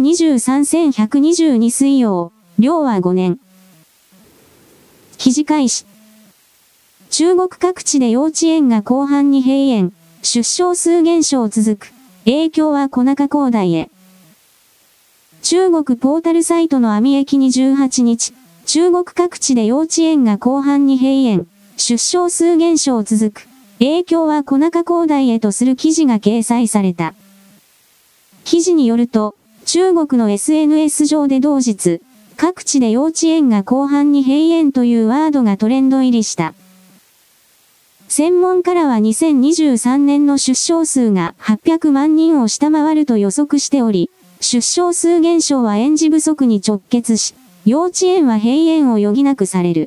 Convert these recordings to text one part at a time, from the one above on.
2023-1122水曜、令和5年。記事開始。中国各地で幼稚園が広範に閉園、出生数減少続く。影響は小中工大へ。中国ポータルサイトの網駅28日、中国各地で幼稚園が広範に閉園、出生数減少続く。影響は小中工大へとする記事が掲載された。記事によると、中国の SNS 上で同日、各地で幼稚園が広範に閉園というワードがトレンド入りした。専門家らは2023年の出生数が800万人を下回ると予測しており、出生数減少は園児不足に直結し、幼稚園は閉園を余儀なくされる。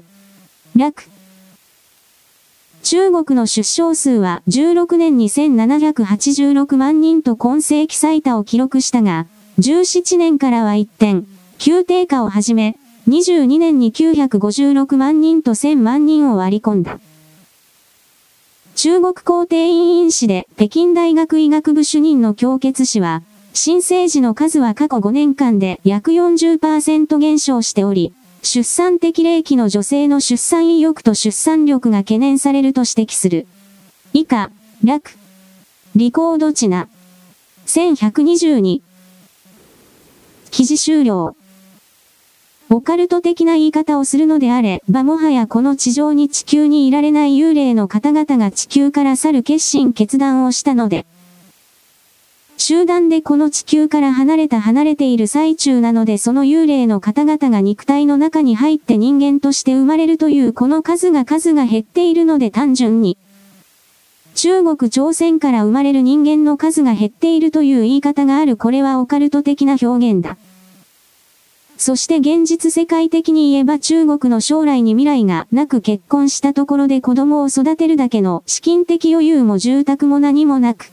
中国の出生数は16年に1786万人と今世紀最多を記録したが、17年からは一転、急低下を始め、22年に956万人と1000万人を割り込んだ。中国皇帝院院士で北京大学医学部主任の姜潔氏は、新生児の数は過去5年間で約 40% 減少しており、出産適齢期の女性の出産意欲と出産力が懸念されると指摘する。以下、リコードチナ。1122。記事終了。オカルト的な言い方をするのであればもはやこの地上に地球にいられない幽霊の方々が地球から去る決断をしたので、集団でこの地球から離れている最中なのでその幽霊の方々が肉体の中に入って人間として生まれるというこの数が減っているので単純に、中国朝鮮から生まれる人間の数が減っているという言い方があるこれはオカルト的な表現だ。そして現実世界的に言えば中国の将来に未来がなく結婚したところで子供を育てるだけの資金的余裕も住宅も何もなく、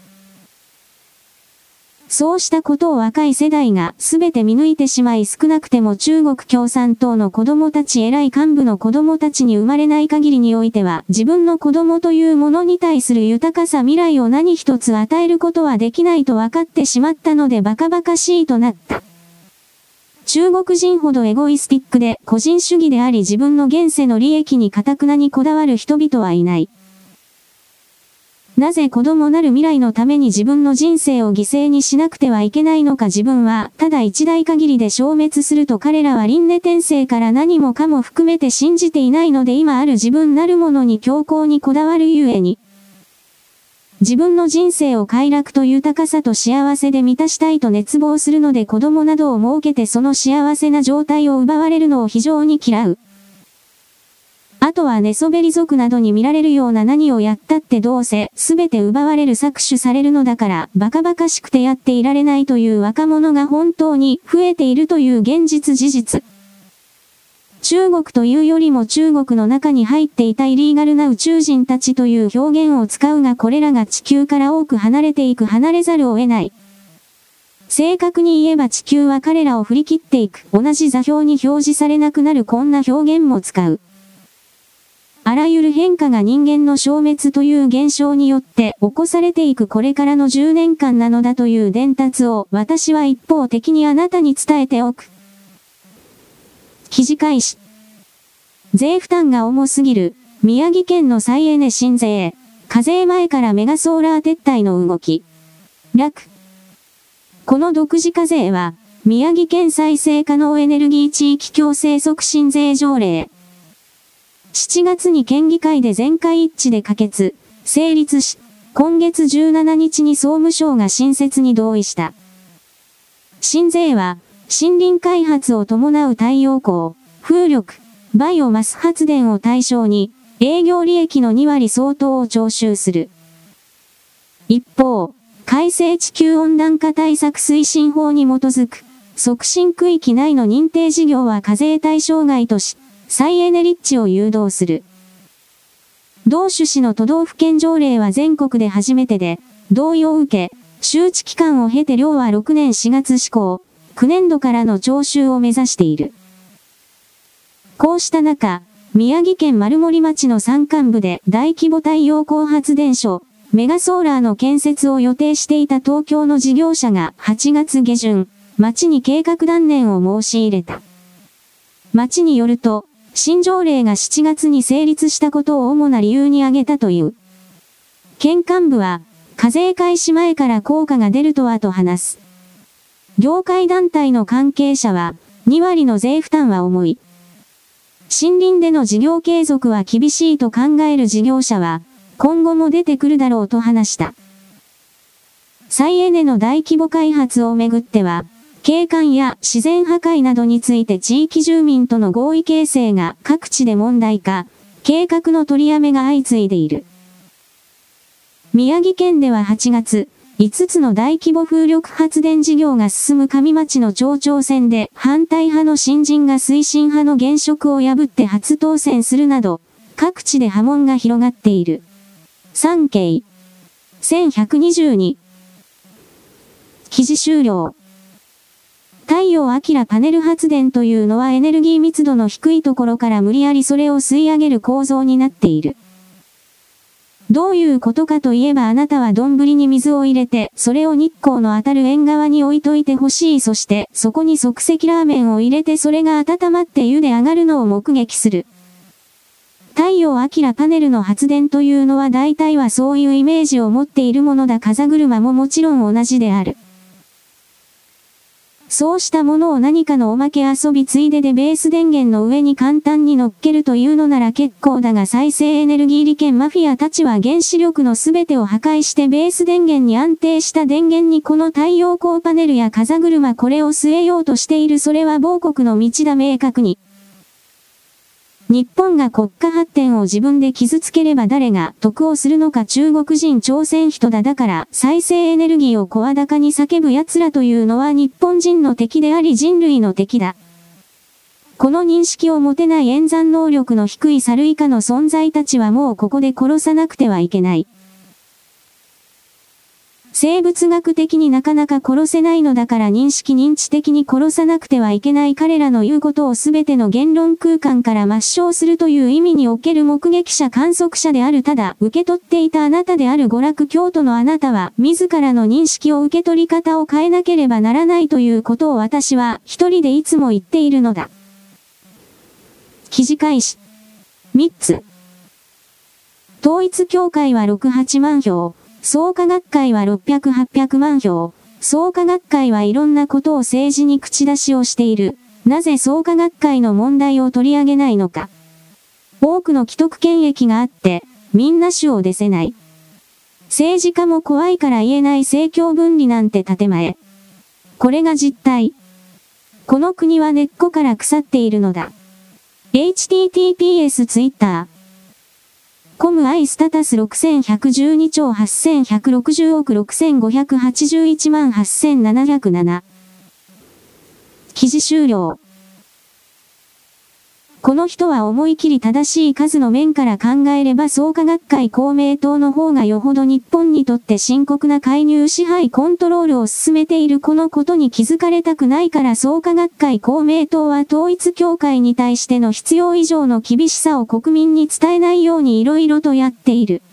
そうしたことを若い世代がすべて見抜いてしまい少なくても中国共産党の子供たち偉い幹部の子供たちに生まれない限りにおいては自分の子供というものに対する豊かさ未来を何一つ与えることはできないと分かってしまったのでバカバカしいとなった。中国人ほどエゴイスティックで個人主義であり自分の現世の利益に堅くなにこだわる人々はいない。なぜ子供なる未来のために自分の人生を犠牲にしなくてはいけないのか自分はただ一代限りで消滅すると彼らは輪廻転生から何もかも含めて信じていないので今ある自分なるものに強硬にこだわるゆえに、自分の人生を快楽と豊かさと幸せで満たしたいと熱望するので子供などを設けてその幸せな状態を奪われるのを非常に嫌う。あとは寝そべり族などに見られるような何をやったってどうせすべて奪われる搾取されるのだからバカバカしくてやっていられないという若者が本当に増えているという現実事実。中国というよりも中国の中に入っていたイリーガルな宇宙人たちという表現を使うがこれらが地球から多く離れていく離れざるを得ない。正確に言えば地球は彼らを振り切っていく同じ座標に表示されなくなるこんな表現も使う。あらゆる変化が人間の消滅という現象によって起こされていくこれからの10年間なのだという伝達を私は一方的にあなたに伝えておく。記事開始。税負担が重すぎる、宮城県の再エネ新税。課税前からメガソーラー撤退の動き。この独自課税は、宮城県再生可能エネルギー地域共生促進税条例。7月に県議会で全会一致で可決、成立し、今月17日に総務省が新設に同意した。新税は、森林開発を伴う太陽光、風力、バイオマス発電を対象に、営業利益の2割相当を徴収する。一方、改正地球温暖化対策推進法に基づく、促進区域内の認定事業は課税対象外とし、再エネ立地を誘導する。同趣旨の都道府県条例は全国で初めてで、同意を受け、周知期間を経て令和6年4月施行、9年度からの徴収を目指している。こうした中、宮城県丸森町の山間部で大規模太陽光発電所、メガソーラーの建設を予定していた東京の事業者が8月下旬、 町に計画断念を申し入れた。町によると、新条例が7月に成立したことを主な理由に挙げたという。県幹部は、課税開始前から効果が出るとはと話す。業界団体の関係者は、2割の税負担は重い。森林での事業継続は厳しいと考える事業者は、今後も出てくるだろうと話した。再エネの大規模開発をめぐっては、景観や自然破壊などについて地域住民との合意形成が各地で問題化、計画の取りやめが相次いでいる。宮城県では8月、5つの大規模風力発電事業が進む上町の町長選で反対派の新人が推進派の現職を破って初当選するなど、各地で波紋が広がっている。産経1122記事終了。太陽光パネル発電というのはエネルギー密度の低いところから無理やりそれを吸い上げる構造になっている。どういうことかといえばあなたは丼に水を入れて、それを日光の当たる縁側に置いといてほしい。そして、そこに即席ラーメンを入れてそれが温まって湯で上がるのを目撃する。太陽光パネルの発電というのは大体はそういうイメージを持っているものだ。風車ももちろん同じである。そうしたものを何かのおまけ遊びついででベース電源の上に簡単に乗っけるというのなら結構だが再生エネルギー利権マフィアたちは原子力のすべてを破壊してベース電源に安定した電源にこの太陽光パネルや風車これを据えようとしている。それは亡国の道だ。明確に。日本が国家発展を自分で傷つければ誰が得をするのか。中国人朝鮮人だ。だから再生エネルギーを声高に叫ぶ奴らというのは日本人の敵であり人類の敵だ。この認識を持てない演算能力の低い猿以下の存在たちはもうここで殺さなくてはいけない。生物学的になかなか殺せないのだから認知的に殺さなくてはいけない。彼らの言うことをすべての言論空間から抹消するという意味における目撃者観測者である。ただ受け取っていたあなたである娯楽教徒のあなたは自らの認識を受け取り方を変えなければならないということを私は一人でいつも言っているのだ。記事開始。3つ。統一教会は6、8万票。創価学会は600、800万票。創価学会はいろんなことを政治に口出しをしている。なぜ創価学会の問題を取り上げないのか。多くの既得権益があって、みんな種を出せない。政治家も怖いから言えない政教分離なんて建前。これが実態。この国は根っこから腐っているのだ。https Twitterコムアイスタタス6112兆8160億6581万8707記事終了。この人は思い切り正しい数の面から考えれば創価学会公明党の方がよほど日本にとって深刻な介入支配コントロールを進めている。このことに気づかれたくないから創価学会公明党は統一教会に対しての必要以上の厳しさを国民に伝えないように色々とやっている。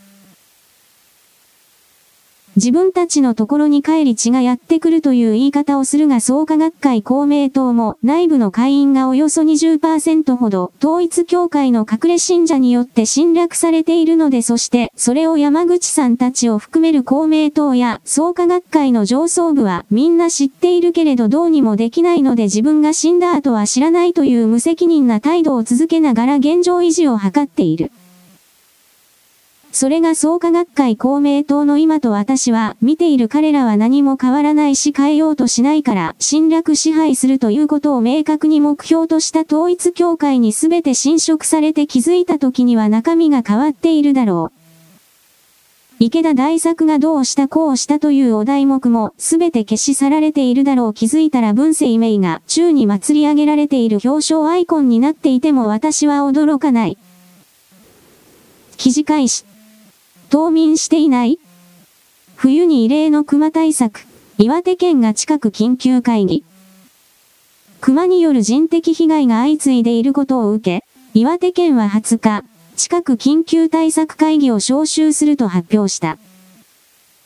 自分たちのところに帰り血がやってくるという言い方をするが創価学会公明党も内部の会員がおよそ 20% ほど統一教会の隠れ信者によって侵略されているのでそしてそれを山口さんたちを含める公明党や創価学会の上層部はみんな知っているけれどどうにもできないので自分が死んだ後は知らないという無責任な態度を続けながら現状維持を図っている。それが創価学会公明党の今と私は見ている。彼らは何も変わらないし変えようとしないから侵略支配するということを明確に目標とした統一教会に全て侵食されて気づいた時には中身が変わっているだろう。池田大作がどうしたこうしたというお題目も全て消し去られているだろう。気づいたら文政名が宙に祭り上げられている表彰アイコンになっていても私は驚かない。記事開始。冬眠していない？冬に異例の熊対策。岩手県が近く緊急会議。熊による人的被害が相次いでいることを受け、岩手県は20日、近く緊急対策会議を招集すると発表した。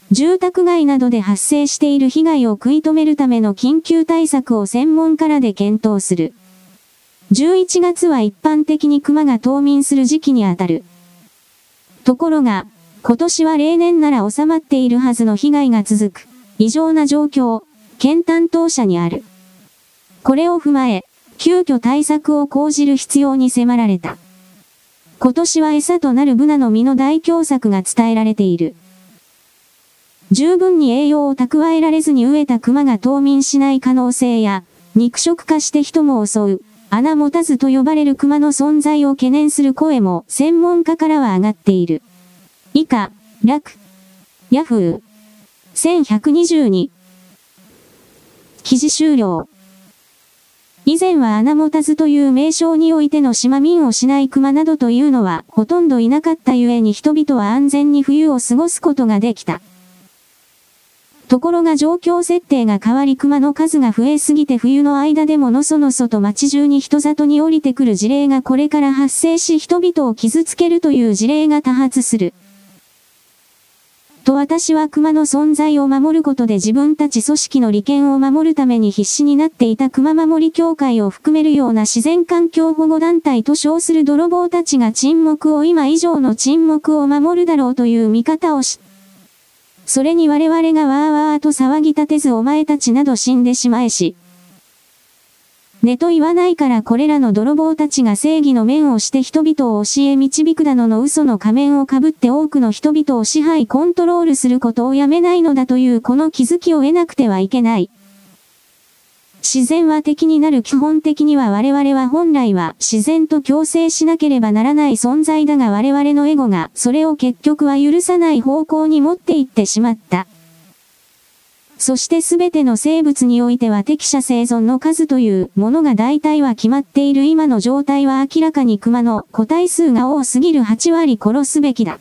住宅街などで発生している被害を食い止めるための緊急対策を専門家らで検討する。11月は一般的に熊が冬眠する時期にあたる。ところが、今年は例年なら収まっているはずの被害が続く、異常な状況、県担当者にある。これを踏まえ、急遽対策を講じる必要に迫られた。今年は餌となるブナの実の大凶作が伝えられている。十分に栄養を蓄えられずに飢えた熊が冬眠しない可能性や、肉食化して人も襲う、穴持たずと呼ばれる熊の存在を懸念する声も専門家からは上がっている。以下、楽。ヤフー。1122。記事終了。以前は穴持たずという名称においての島民をしない熊などというのはほとんどいなかったゆえに人々は安全に冬を過ごすことができた。ところが状況設定が変わり熊の数が増えすぎて冬の間でものそのそと街中に人里に降りてくる事例がこれから発生し人々を傷つけるという事例が多発する。と私は熊の存在を守ることで自分たち組織の利権を守るために必死になっていた熊守り協会を含めるような自然環境保護団体と称する泥棒たちが沈黙を今以上の沈黙を守るだろうという見方をし、それに我々がわーわーと騒ぎ立てずお前たちなど死んでしまえし。ねと言わないからこれらの泥棒たちが正義の面をして人々を教え導くだの嘘の仮面をかぶって多くの人々を支配コントロールすることをやめないのだというこの気づきを得なくてはいけない。自然は敵になる基本的には我々は本来は自然と共生しなければならない存在だが我々のエゴがそれを結局は許さない方向に持っていってしまった。そしてすべての生物においては適者生存の数というものが大体は決まっている今の状態は明らかに熊の個体数が多すぎる8割殺すべきだ。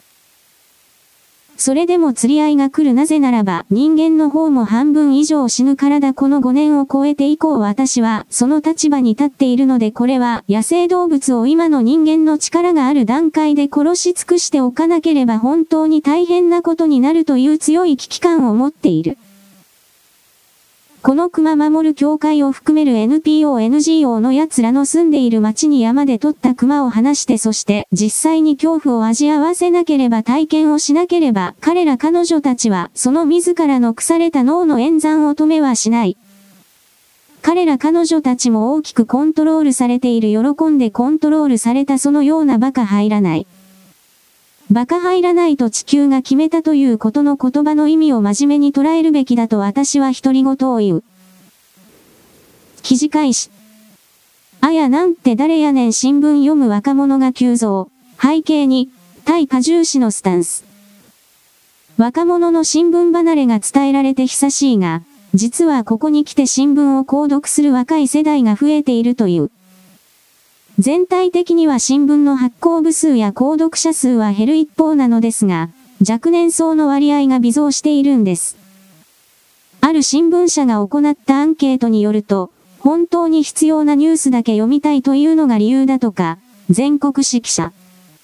それでも釣り合いが来るなぜならば人間の方も半分以上死ぬからだこの5年を超えて以降私はその立場に立っているのでこれは野生動物を今の人間の力がある段階で殺し尽くしておかなければ本当に大変なことになるという強い危機感を持っている。この熊守る協会を含める NPO、NGO の奴らの住んでいる町に山で取った熊を放してそして実際に恐怖を味合わせなければ体験をしなければ彼ら彼女たちはその自らの腐れた脳の演算を止めはしない。彼ら彼女たちも大きくコントロールされている喜んでコントロールされたそのようなバカ入らない。バカ入らないと地球が決めたということの言葉の意味を真面目に捉えるべきだと私は独り言を言う。記事開始。あやなんて誰やねん新聞読む若者が急増。背景に、対過重視のスタンス。若者の新聞離れが伝えられて久しいが、実はここに来て新聞を購読する若い世代が増えているという。全体的には新聞の発行部数や購読者数は減る一方なのですが、若年層の割合が微増しているんです。ある新聞社が行ったアンケートによると、本当に必要なニュースだけ読みたいというのが理由だとか、全国紙記者。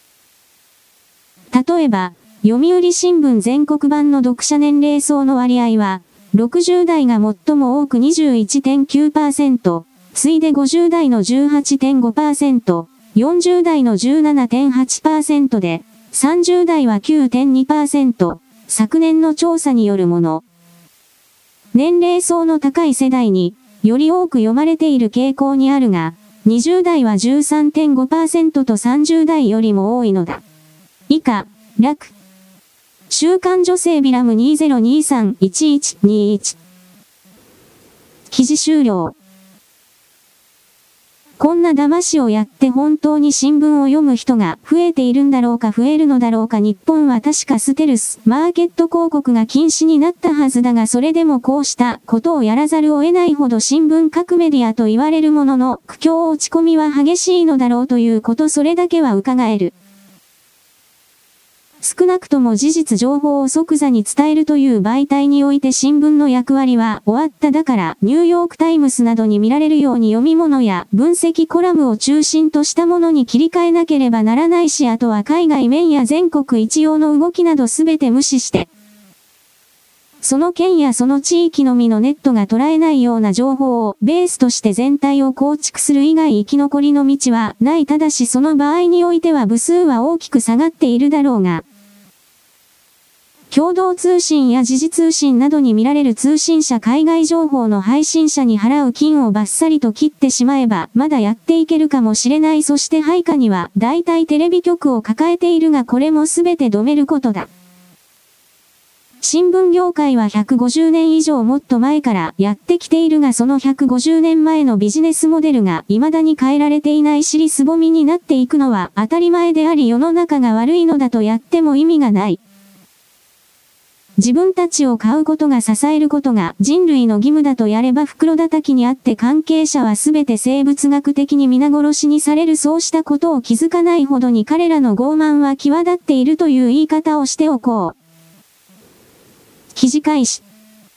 例えば、読売新聞全国版の読者年齢層の割合は、60代が最も多く 21.9%、次いで50代の 18.5%、40代の 17.8% で、30代は 9.2%、昨年の調査によるもの。年齢層の高い世代に、より多く読まれている傾向にあるが、20代は 13.5% と30代よりも多いのだ。以下、楽。週刊女性ビラム2023-1121。記事終了。こんな騙しをやって本当に新聞を読む人が増えているんだろうか増えるのだろうか日本は確かステルス、マーケット広告が禁止になったはずだがそれでもこうしたことをやらざるを得ないほど新聞各メディアと言われるものの苦境落ち込みは激しいのだろうということそれだけは伺える。少なくとも事実情報を即座に伝えるという媒体において新聞の役割は終わっただからニューヨークタイムズなどに見られるように読み物や分析コラムを中心としたものに切り替えなければならないしあとは海外面や全国一様の動きなどすべて無視してその県やその地域のみのネットが捉えないような情報をベースとして全体を構築する以外生き残りの道はない。ただしその場合においては部数は大きく下がっているだろうが、共同通信や時事通信などに見られる通信社海外情報の配信者に払う金をバッサリと切ってしまえばまだやっていけるかもしれない。そして配下には大体テレビ局を抱えているがこれもすべて止めることだ。新聞業界は150年以上もっと前からやってきているがその150年前のビジネスモデルが未だに変えられていない尻すぼみになっていくのは当たり前であり世の中が悪いのだとやっても意味がない。自分たちを買うことが支えることが人類の義務だとやれば袋叩きにあって関係者はすべて生物学的に皆殺しにされる。そうしたことを気づかないほどに彼らの傲慢は際立っているという言い方をしておこう。記事開始。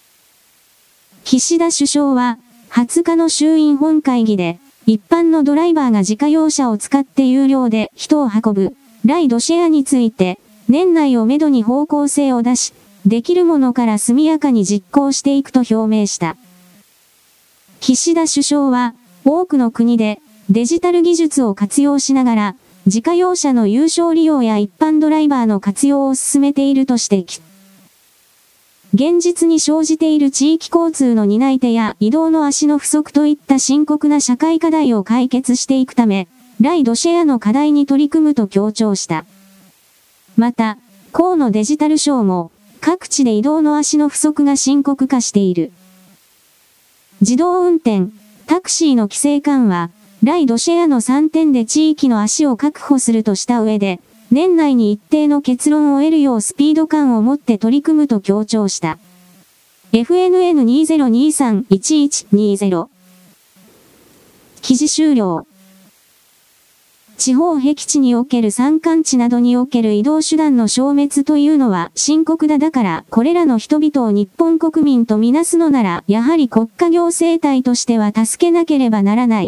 岸田首相は20日の衆院本会議で一般のドライバーが自家用車を使って有料で人を運ぶライドシェアについて年内をめどに方向性を出し、できるものから速やかに実行していくと表明した。岸田首相は、多くの国でデジタル技術を活用しながら、自家用車の有償利用や一般ドライバーの活用を進めていると指摘。現実に生じている地域交通の担い手や移動の足の不足といった深刻な社会課題を解決していくため、ライドシェアの課題に取り組むと強調した。また、河野デジタル相も、各地で移動の足の不足が深刻化している。自動運転、タクシーの規制緩和、ライドシェアの3点で地域の足を確保するとした上で、年内に一定の結論を得るようスピード感を持って取り組むと強調した。FNN2023-1120 記事終了。地方僻地における山間地などにおける移動手段の消滅というのは深刻だ。だからこれらの人々を日本国民とみなすのならやはり国家行政体としては助けなければならない。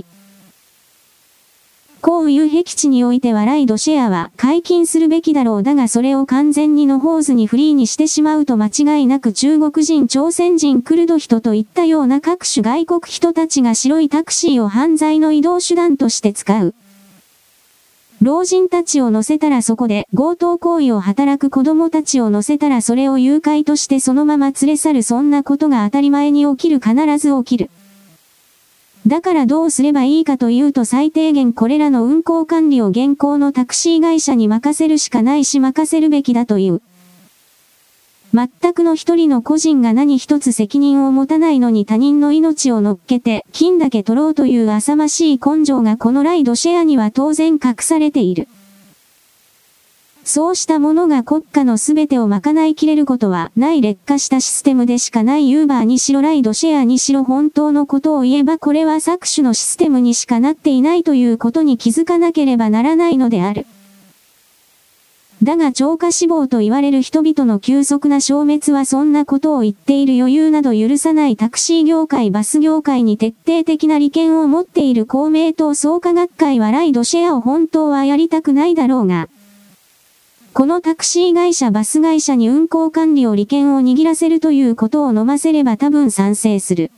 降雨僻地においてはライドシェアは解禁するべきだろう。だがそれを完全に野放図にフリーにしてしまうと間違いなく中国人、朝鮮人、クルド人といったような各種外国人たちが白いタクシーを犯罪の移動手段として使う。老人たちを乗せたらそこで強盗行為を働く子供たちを乗せたらそれを誘拐としてそのまま連れ去る。そんなことが当たり前に起きる。必ず起きる。だからどうすればいいかというと最低限これらの運行管理を現行のタクシー会社に任せるしかないし任せるべきだという。全くの一人の個人が何一つ責任を持たないのに他人の命を乗っけて金だけ取ろうという浅ましい根性がこのライドシェアには当然隠されている。そうしたものが国家のすべてを賄いきれることはない劣化したシステムでしかない。ユーバーにしろライドシェアにしろ本当のことを言えばこれは搾取のシステムにしかなっていないということに気づかなければならないのである。だが超過死亡と言われる人々の急速な消滅はそんなことを言っている余裕など許さない。タクシー業界バス業界に徹底的な利権を持っている公明党創価学会はライドシェアを本当はやりたくないだろうが、このタクシー会社バス会社に運行管理を利権を握らせるということを飲ませれば多分賛成する。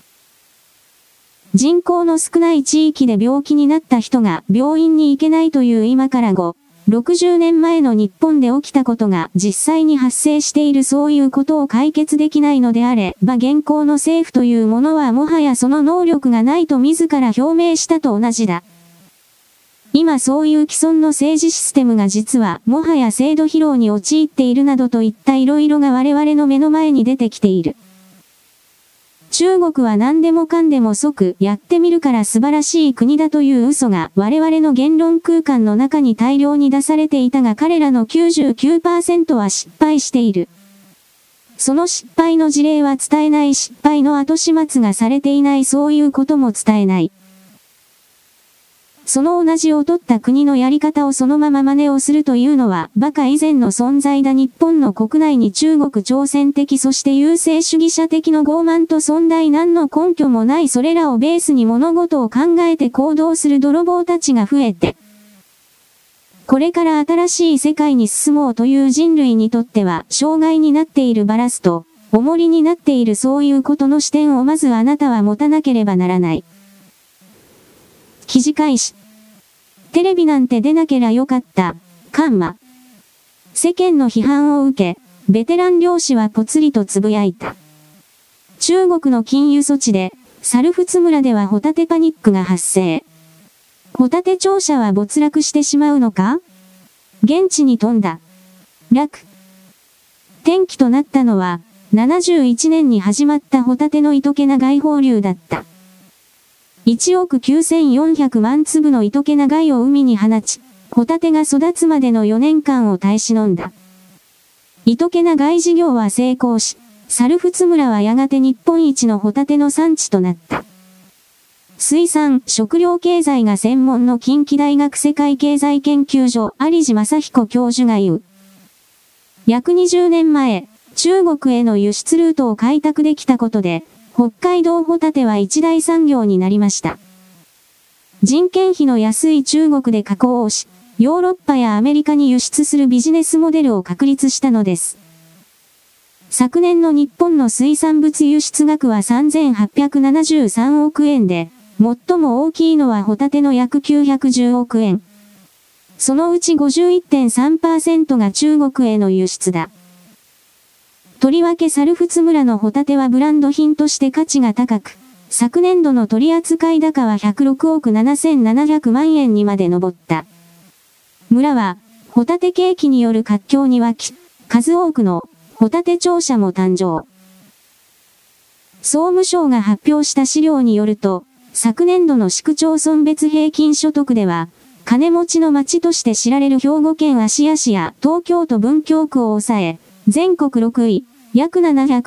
人口の少ない地域で病気になった人が病院に行けないという今から60年前の日本で起きたことが実際に発生している。そういうことを解決できないのであれば現行の政府というものはもはやその能力がないと自ら表明したと同じだ。今そういう既存の政治システムが実はもはや制度疲労に陥っているなどといった色々が我々の目の前に出てきている。中国は何でもかんでも即やってみるから素晴らしい国だという嘘が我々の言論空間の中に大量に出されていたが彼らの 99% は失敗している。その失敗の事例は伝えない。失敗の後始末がされていない。そういうことも伝えない。その同じを取った国のやり方をそのまま真似をするというのは馬鹿以前の存在だ。日本の国内に中国朝鮮的そして優勢主義者的の傲慢と存在何の根拠もないそれらをベースに物事を考えて行動する泥棒たちが増えて、これから新しい世界に進もうという人類にとっては障害になっているバラスト。 重りになっているそういうことの視点をまずあなたは持たなければならない。記事開始。テレビなんて出なけりゃよかった、カンマ。世間の批判を受け、ベテラン漁師はぽつりとつぶやいた。中国の禁輸措置で、猿払村ではホタテパニックが発生。ホタテ庁舎は没落してしまうのか？現地に飛んだ。落。転機となったのは、71年に始まったホタテの糸気長い放流だった。1億9400万粒の糸気長いを海に放ち、ホタテが育つまでの4年間を耐え忍んだ。糸気長い事業は成功し、猿払村はやがて日本一のホタテの産地となった。水産・食料経済が専門の近畿大学世界経済研究所有地正彦教授が言う。約20年前、中国への輸出ルートを開拓できたことで、北海道ホタテは一大産業になりました。人件費の安い中国で加工をし、ヨーロッパやアメリカに輸出するビジネスモデルを確立したのです。昨年の日本の水産物輸出額は3873億円で、最も大きいのはホタテの約910億円。そのうち 51.3% が中国への輸出だ。とりわけ猿払村のホタテはブランド品として価値が高く、昨年度の取扱高は106億7700万円にまで上った。村は、ホタテ景気による活況に沸き、数多くのホタテ庁舎も誕生。総務省が発表した資料によると、昨年度の市区町村別平均所得では、金持ちの町として知られる兵庫県芦屋市や東京都文京区を抑え、全国6位、約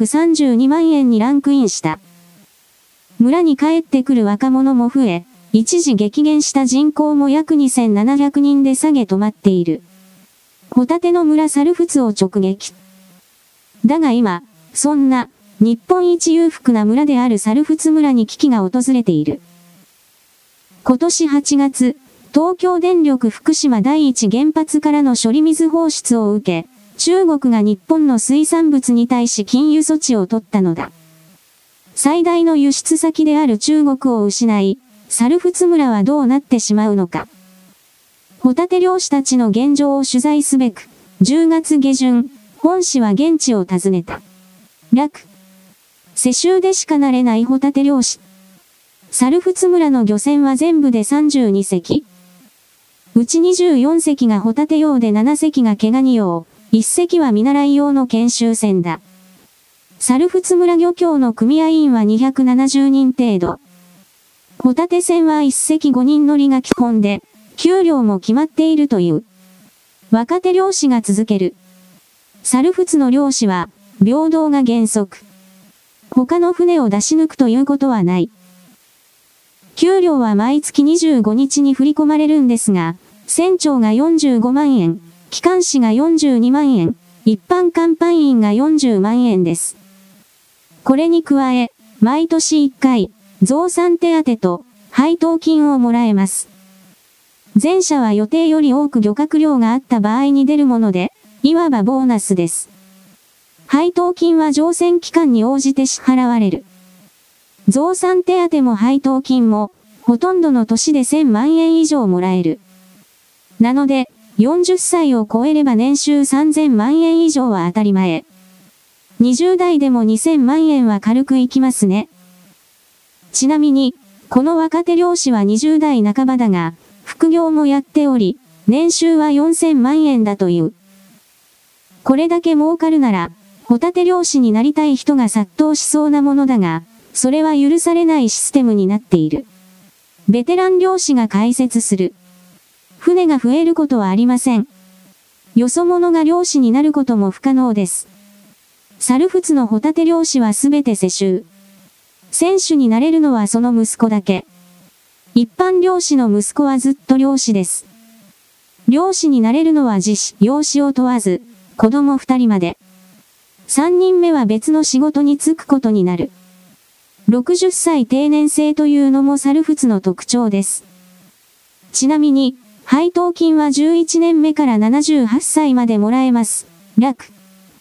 732万円にランクインした。村に帰ってくる若者も増え、一時激減した人口も約2700人で下げ止まっている。ホタテの村猿払を直撃。だが今、そんな、日本一裕福な村である猿払村に危機が訪れている。今年8月、東京電力福島第一原発からの処理水放出を受け、中国が日本の水産物に対し禁輸措置を取ったのだ。最大の輸出先である中国を失い、猿払村はどうなってしまうのか。ホタテ漁師たちの現状を取材すべく、10月下旬、本市は現地を訪ねた。落。世襲でしかなれないホタテ漁師。猿払村の漁船は全部で32隻。うち24隻がホタテ用で7隻が毛ガニ用、1隻は見習い用の研修船だ。猿払村漁協の組合員は270人程度。ホタテ船は1隻5人乗りが基本で、給料も決まっているという。若手漁師が続ける。猿払の漁師は、平等が原則。他の船を出し抜くということはない。給料は毎月25日に振り込まれるんですが、船長が45万円、機関士が42万円、一般甲板員が40万円です。これに加え、毎年1回、増産手当と配当金をもらえます。前者は予定より多く漁獲量があった場合に出るもので、いわばボーナスです。配当金は乗船期間に応じて支払われる。増産手当も配当金も、ほとんどの年で1000万円以上もらえる。なので、40歳を超えれば年収3000万円以上は当たり前。20代でも2000万円は軽くいきますね。ちなみに、この若手漁師は20代半ばだが、副業もやっており、年収は4000万円だという。これだけ儲かるなら、ホタテ漁師になりたい人が殺到しそうなものだが、それは許されないシステムになっている。ベテラン漁師が解説する。船が増えることはありません。よそ者が漁師になることも不可能です。猿払のホタテ漁師はすべて世襲。選手になれるのはその息子だけ。一般漁師の息子はずっと漁師です。漁師になれるのは自死、養子を問わず、子供2人まで。3人目は別の仕事に就くことになる。60歳定年制というのも猿払の特徴です。ちなみに、配当金は11年目から78歳までもらえます。落。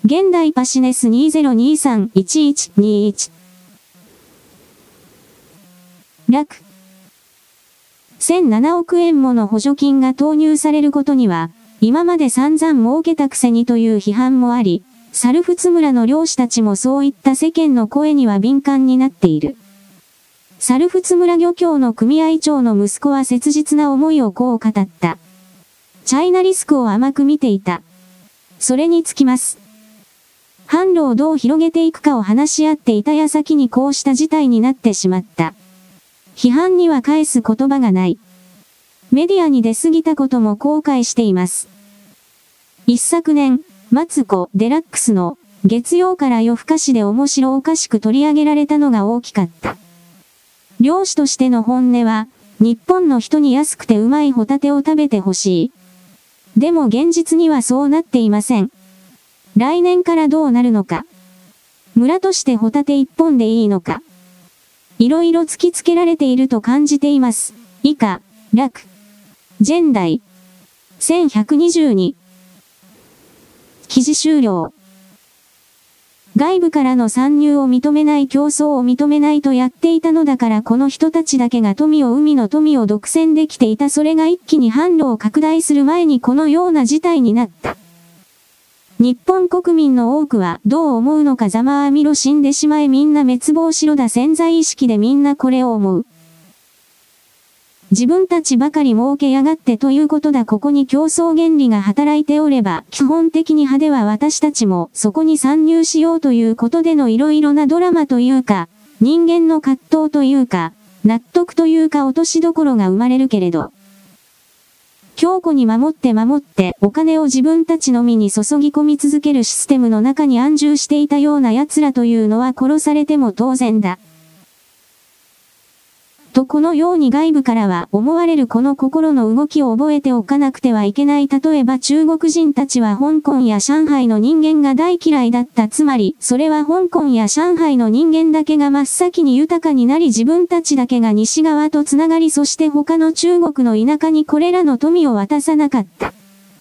現代パシネス2023-1121。楽。1007億円もの補助金が投入されることには、今まで散々儲けたくせにという批判もあり、猿払村の漁師たちもそういった世間の声には敏感になっている。猿払村漁協の組合長の息子は切実な思いをこう語った。チャイナリスクを甘く見ていた。それにつきます。販路をどう広げていくかを話し合っていた矢先にこうした事態になってしまった。批判には返す言葉がない。メディアに出過ぎたことも後悔しています。一昨年、マツコ・デラックスの月曜から夜更かしで面白おかしく取り上げられたのが大きかった。漁師としての本音は、日本の人に安くてうまいホタテを食べてほしい。でも現実にはそうなっていません。来年からどうなるのか。村としてホタテ一本でいいのか。いろいろ突きつけられていると感じています。以下、楽。現代。1122。記事終了。外部からの参入を認めない競争を認めないとやっていたのだからこの人たちだけが海の富を独占できていたそれが一気に販路を拡大する前にこのような事態になった。日本国民の多くはどう思うのかざまあみろ死んでしまえみんな滅亡しろだ潜在意識でみんなこれを思う。自分たちばかり儲けやがってということだここに競争原理が働いておれば基本的に派では私たちもそこに参入しようということでのいろいろなドラマというか人間の葛藤というか納得というか落としどころが生まれるけれど強固に守ってお金を自分たちのみに注ぎ込み続けるシステムの中に安住していたような奴らというのは殺されても当然だ。とこのように外部からは思われるこの心の動きを覚えておかなくてはいけない。例えば中国人たちは香港や上海の人間が大嫌いだった。つまり、それは香港や上海の人間だけが真っ先に豊かになり自分たちだけが西側とつながりそして他の中国の田舎にこれらの富を渡さなかった。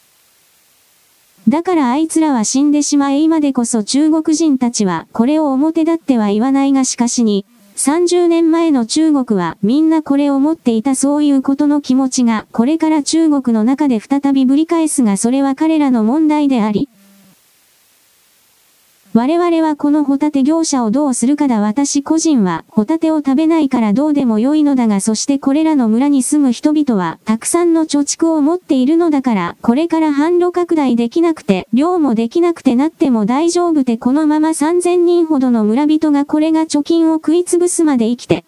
だからあいつらは死んでしまえ今でこそ中国人たちはこれを表立っては言わないがしかしに、30年前の中国はみんなこれを持っていたそういうことの気持ちがこれから中国の中で再びぶり返すがそれは彼らの問題であり。我々はこのホタテ業者をどうするかだ私個人はホタテを食べないからどうでもよいのだがそしてこれらの村に住む人々はたくさんの貯蓄を持っているのだからこれから販路拡大できなくて漁もできなくてなっても大丈夫でこのまま3000人ほどの村人がこれが貯金を食いつぶすまで生きて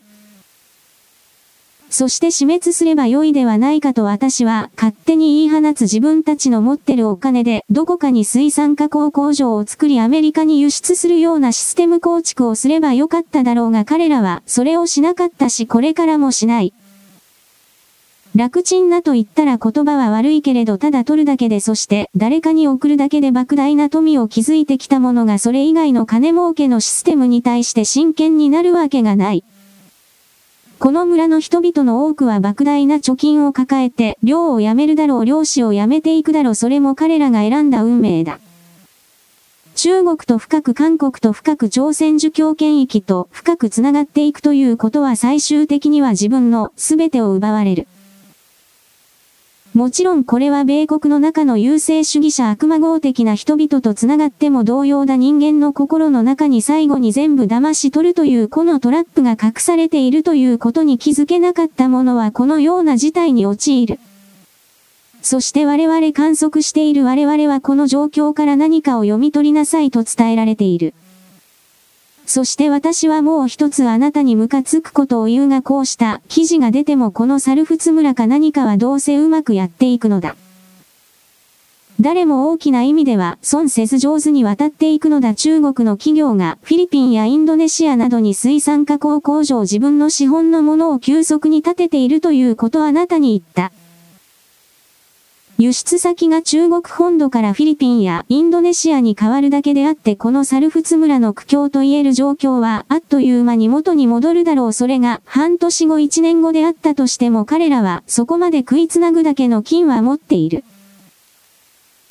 そして死滅すれば良いではないかと私は勝手に言い放つ自分たちの持ってるお金でどこかに水産加工工場を作りアメリカに輸出するようなシステム構築をすればよかっただろうが彼らはそれをしなかったしこれからもしない。楽ちんなと言ったら言葉は悪いけれどただ取るだけでそして誰かに送るだけで莫大な富を築いてきたものがそれ以外の金儲けのシステムに対して真剣になるわけがない。この村の人々の多くは莫大な貯金を抱えて漁をやめるだろう漁師をやめていくだろうそれも彼らが選んだ運命だ。中国と深く韓国と深く朝鮮儒教圏域と深くつながっていくということは最終的には自分の全てを奪われる。もちろんこれは米国の中の優勢主義者悪魔豪的な人々とつながっても同様だ人間の心の中に最後に全部騙し取るというこのトラップが隠されているということに気づけなかった者はこのような事態に陥る。そして我々観測している我々はこの状況から何かを読み取りなさいと伝えられている。そして私はもう一つあなたにムカつくことを言うがこうした記事が出てもこの猿払村か何かはどうせうまくやっていくのだ。誰も大きな意味では損せず上手に渡っていくのだ中国の企業がフィリピンやインドネシアなどに水産加工工場自分の資本のものを急速に建てているということあなたに言った。輸出先が中国本土からフィリピンやインドネシアに変わるだけであってこの猿払村の苦境と言える状況はあっという間に元に戻るだろうそれが半年後1年後であったとしても彼らはそこまで食いつなぐだけの金は持っている。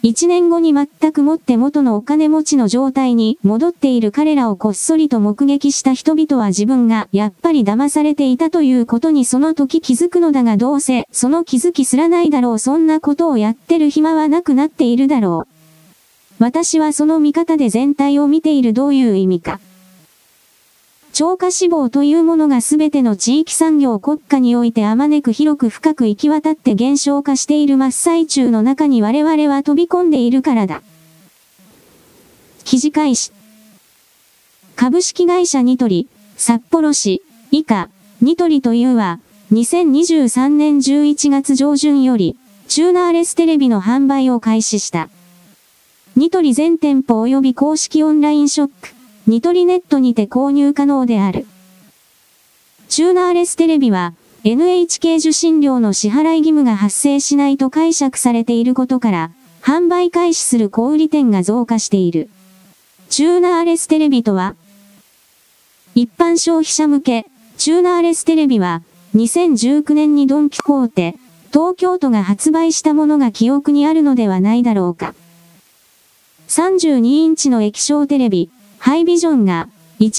1年後に全くもって元のお金持ちの状態に戻っている彼らをこっそりと目撃した人々は自分がやっぱり騙されていたということにその時気づくのだがどうせその気づきすらないだろう。そんなことをやってる暇はなくなっているだろう。私はその見方で全体を見ている。どういう意味か。超過死亡というものがすべての地域産業国家においてあまねく広く深く行き渡って減少化している真っ最中の中に我々は飛び込んでいるからだ。記事開始。株式会社ニトリ、札幌市、以下、ニトリというは、2023年11月上旬より、チューナーレステレビの販売を開始した。ニトリ全店舗及び公式オンラインショップ、ニトリネットにて購入可能である。チューナーレステレビは、NHK 受信料の支払い義務が発生しないと解釈されていることから、販売開始する小売店が増加している。チューナーレステレビとは、一般消費者向け、チューナーレステレビは、2019年にドン・キホーテ、東京都が発売したものが記憶にあるのではないだろうか。32インチの液晶テレビ、ハイビジョンが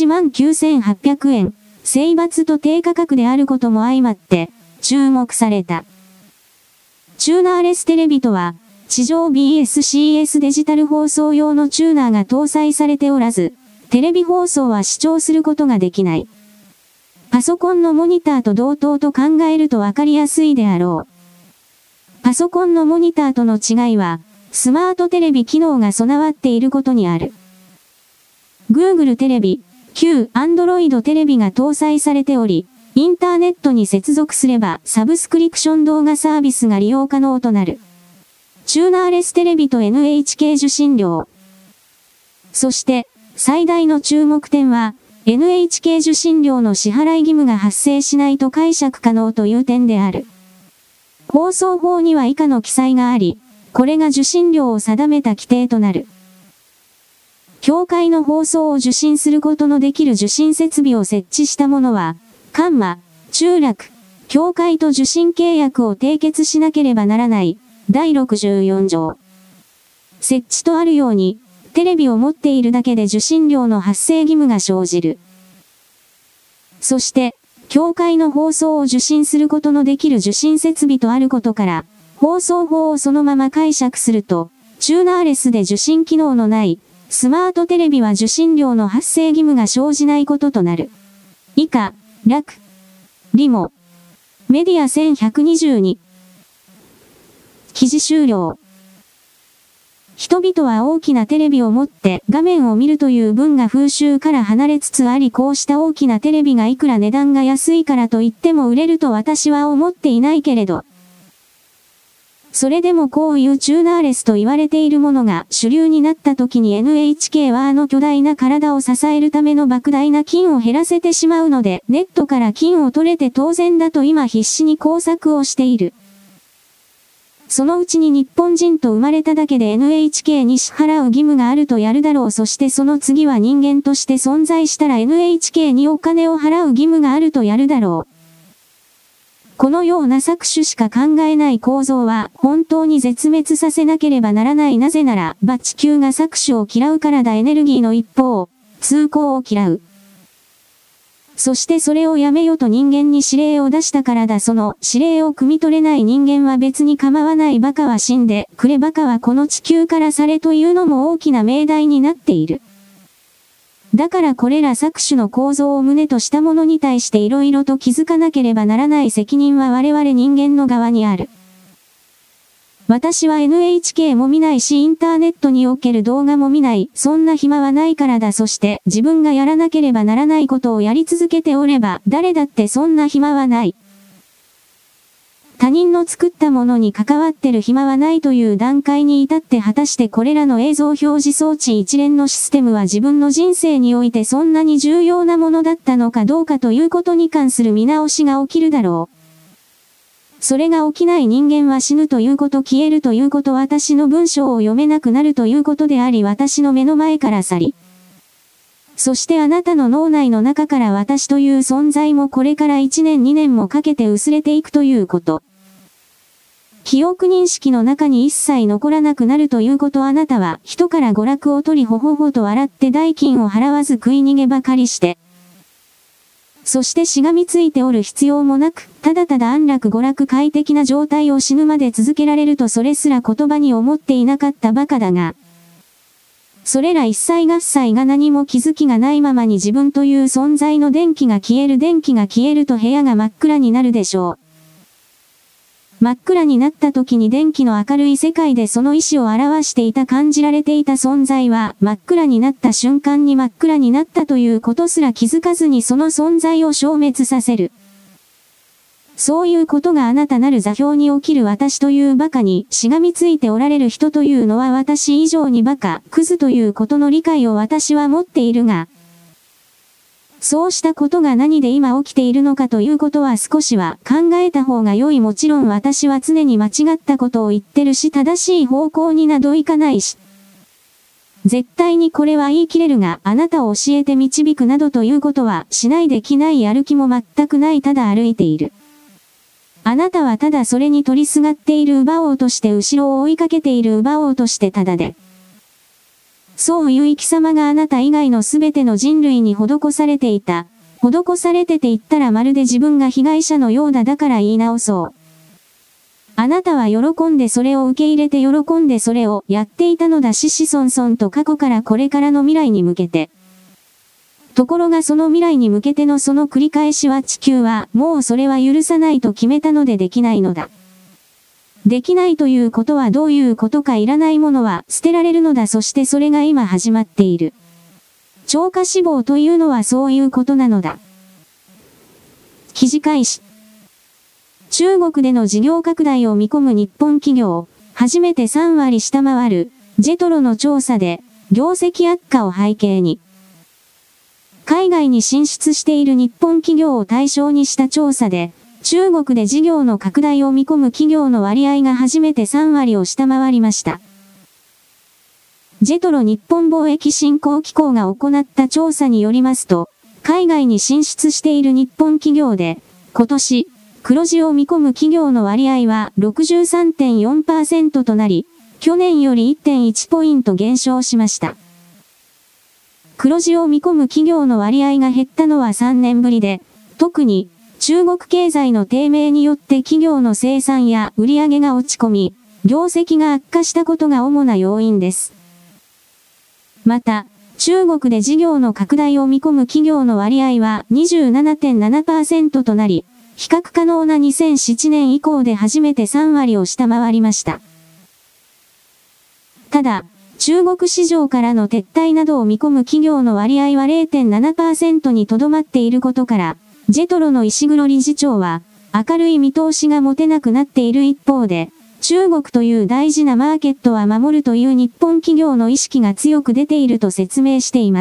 19,800 円、征伐と低価格であることも相まって注目された。チューナーレステレビとは、地上 BSCS デジタル放送用のチューナーが搭載されておらず、テレビ放送は視聴することができない。パソコンのモニターと同等と考えるとわかりやすいであろう。パソコンのモニターとの違いは、スマートテレビ機能が備わっていることにある。Google テレビ、旧 Android テレビが搭載されており、インターネットに接続すればサブスクリプション動画サービスが利用可能となる。チューナーレステレビと NHK 受信料。そして、最大の注目点は、NHK 受信料の支払い義務が発生しないと解釈可能という点である。放送法には以下の記載があり、これが受信料を定めた規定となる。協会の放送を受信することのできる受信設備を設置した者は、カンマ、中略、協会と受信契約を締結しなければならない、第64条。設置とあるように、テレビを持っているだけで受信料の発生義務が生じる。そして、協会の放送を受信することのできる受信設備とあることから、放送法をそのまま解釈すると、チューナーレスで受信機能のない、スマートテレビは受信料の発生義務が生じないこととなる。以下、略、リモ、メディア1122。記事終了。人々は大きなテレビを持って画面を見るという文化風習から離れつつあり、こうした大きなテレビがいくら値段が安いからといっても売れると私は思っていないけれど、それでもこういうチューナーレスと言われているものが主流になった時に NHK はあの巨大な体を支えるための莫大な金を減らせてしまうので、ネットから金を取れて当然だと今必死に工作をしている。そのうちに日本人と生まれただけで NHK に支払う義務があるとやるだろう。そしてその次は人間として存在したら NHK にお金を払う義務があるとやるだろう。このような搾取しか考えない構造は本当に絶滅させなければならない。なぜなら、地球が搾取を嫌うからだ。エネルギーの一方、通行を嫌う。そしてそれをやめよと人間に指令を出したからだ。その指令を汲み取れない人間は別に構わない。バカは死んでくれ。バカはこの地球から去れというのも大きな命題になっている。だからこれら搾取の構造を旨としたものに対して色々と気づかなければならない責任は我々人間の側にある。私は NHK も見ないしインターネットにおける動画も見ない。そんな暇はないからだ。そして自分がやらなければならないことをやり続けておれば誰だってそんな暇はない。他人の作ったものに関わってる暇はないという段階に至って果たしてこれらの映像表示装置一連のシステムは自分の人生においてそんなに重要なものだったのかどうかということに関する見直しが起きるだろう。それが起きない人間は死ぬということ、消えるということ、私の文章を読めなくなるということであり、私の目の前から去り、そしてあなたの脳内の中から私という存在もこれから1年2年もかけて薄れていくということ。 記憶認識の中に一切残らなくなるということ。あなたは人から娯楽を取りほほほと笑って代金を払わず食い逃げばかりして、そしてしがみついておる必要もなく、ただただ安楽娯楽快適な状態を死ぬまで続けられるとそれすら言葉に思っていなかったバカだが、それら一切合切が何も気づきがないままに自分という存在の電気が消えると部屋が真っ暗になるでしょう。真っ暗になった時に電気の明るい世界でその意志を表していた感じられていた存在は真っ暗になった瞬間に真っ暗になったということすら気づかずにその存在を消滅させる。そういうことがあなたなる座標に起きる私というバカにしがみついておられる人というのは私以上にバカ、クズということの理解を私は持っているが、そうしたことが何で今起きているのかということは少しは考えた方が良い。もちろん私は常に間違ったことを言ってるし正しい方向になどいかないし。絶対にこれは言い切れるがあなたを教えて導くなどということはしないできない歩きも全くない。ただ歩いている。あなたはただそれに取りすがっている奪おうとして後ろを追いかけている奪おうとしてただで。そういう生き様があなた以外のすべての人類に施されていた。施されてて言ったらまるで自分が被害者のようだ。だから言い直そう。あなたは喜んでそれを受け入れて喜んでそれをやっていたのだ。子々孫々と過去からこれからの未来に向けて。ところがその未来に向けてのその繰り返しは地球はもうそれは許さないと決めたのでできないのだ。できないということはどういうことか。いらないものは捨てられるのだ。そしてそれが今始まっている。超過死亡というのはそういうことなのだ。記事開始。中国での事業拡大を見込む日本企業、初めて3割下回る、ジェトロの調査で、業績悪化を背景に、海外に進出している日本企業を対象にした調査で、中国で事業の拡大を見込む企業の割合が初めて3割を下回りました。ジェトロ日本貿易振興機構が行った調査によりますと、海外に進出している日本企業で、今年、黒字を見込む企業の割合は 63.4% となり、去年より 1.1 ポイント減少しました。黒字を見込む企業の割合が減ったのは3年ぶりで、特に、中国経済の低迷によって企業の生産や売上が落ち込み、業績が悪化したことが主な要因です。また、中国で事業の拡大を見込む企業の割合は 27.7% となり、比較可能な2007年以降で初めて3割を下回りました。ただ、中国市場からの撤退などを見込む企業の割合は 0.7% にとどまっていることから、ジェトロの石黒理事長は、明るい見通しが持てなくなっている一方で、中国という大事なマーケットは守るという日本企業の意識が強く出ていると説明しています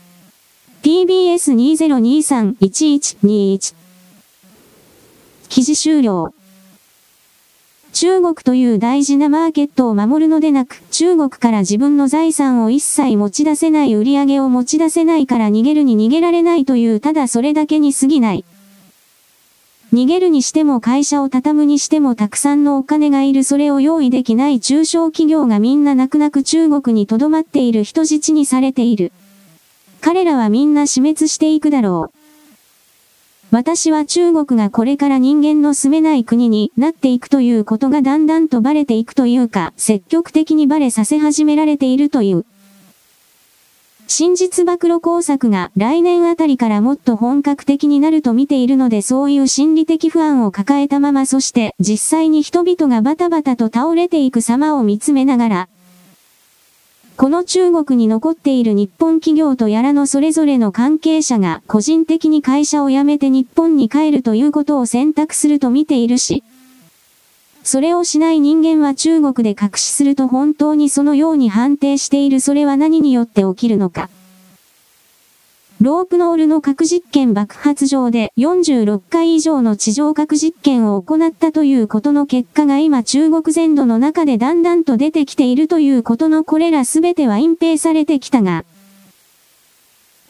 。TBS2023-1121 記事終了。中国という大事なマーケットを守るのでなく、中国から自分の財産を一切持ち出せない、売り上げを持ち出せないから逃げるに逃げられないという、ただそれだけに過ぎない。逃げるにしても会社を畳むにしてもたくさんのお金がいる、それを用意できない中小企業がみんな泣く泣く中国に留まっている、人質にされている。彼らはみんな死滅していくだろう。私は中国がこれから人間の住めない国になっていくということがだんだんとバレていくというか、積極的にバレさせ始められているという。真実暴露工作が来年あたりからもっと本格的になると見ているので、そういう心理的不安を抱えたまま、そして実際に人々がバタバタと倒れていく様を見つめながら、この中国に残っている日本企業とやらのそれぞれの関係者が個人的に会社を辞めて日本に帰るということを選択すると見ているし、それをしない人間は中国で隠しすると本当にそのように判定している。それは何によって起きるのか。ロープノールの核実験爆発場で46回以上の地上核実験を行ったということの結果が今中国全土の中でだんだんと出てきているということの、これらすべては隠蔽されてきたが、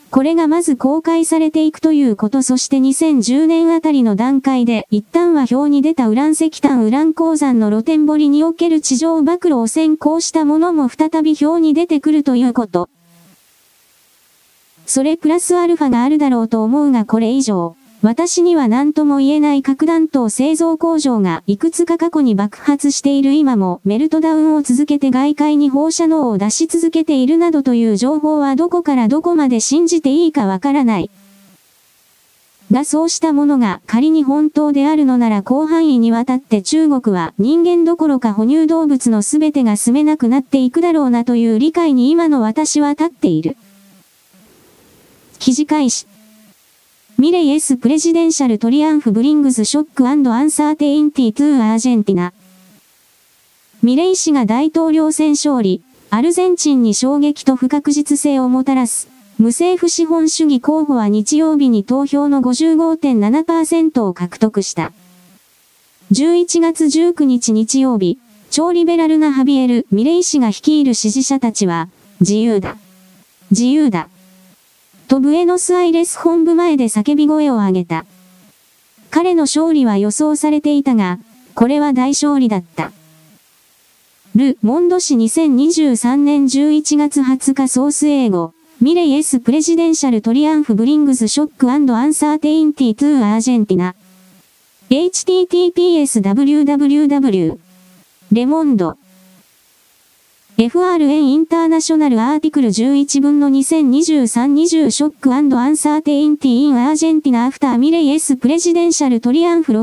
これがまず公開されていくということ、そして2010年あたりの段階で一旦は表に出たウラン石炭ウラン鉱山の露天掘りにおける地上暴露を先行したものも再び表に出てくるということ。それプラスアルファがあるだろうと思うがこれ以上、私には何とも言えない核弾頭製造工場がいくつか過去に爆発している今もメルトダウンを続けて外界に放射能を出し続けているなどという情報はどこからどこまで信じていいかわからない。がそうしたものが仮に本当であるのなら広範囲にわたって中国は人間どころか哺乳動物のすべてが住めなくなっていくだろうなという理解に今の私は立っている。記事開始。ミレイ S プレジデンシャルトリアンフブリングズショック&アンサーテインティトゥアージェンティナ。ミレイ氏が大統領選勝利、アルゼンチンに衝撃と不確実性をもたらす。無政府資本主義候補は日曜日に投票の 55.7% を獲得した。11月19日日曜日、超リベラルなハビエル・ミレイ氏が率いる支持者たちは、自由だ。自由だ。とブエノスアイレス本部前で叫び声を上げた。彼の勝利は予想されていたが、これは大勝利だった。ル・モンド紙2023年11月20日ソース英語、ミレイ S プレジデンシャルトリアンフブリングズショック&アンサーテインティトゥアージェンティナ。https www. レモンド。FRN インターナショナルアーティクル11分の2023-20ショック&アンサーテインティインアージェンティナアフターミレイ S プレジデンシャルトリアンフ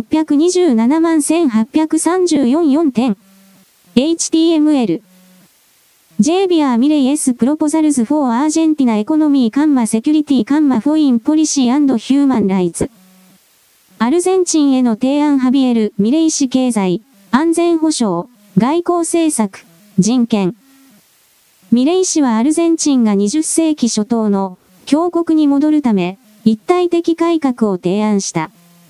6271834 4点。HTML。ジェービアーミレイ S プロポザルズフォーアージェンティナエコノミーカンマセキュリティカンマフォインポリシー&ヒューマンライツ。アルゼンチンへの提案ハビエル・ミレイ氏経済、安全保障、外交政策、人権。ミレイ氏はアルゼンチンが20世紀初頭の強国に戻るため一体的改革を提案した。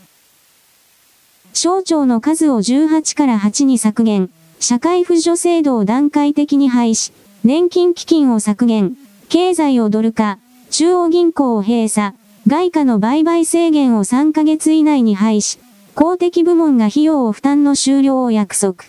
省庁の数を18から8に削減、社会扶助制度を段階的に廃止、年金基金を削減、経済をドル化、中央銀行を閉鎖、外貨の売買制限を3ヶ月以内に廃止、公的部門が費用を負担の終了を約束。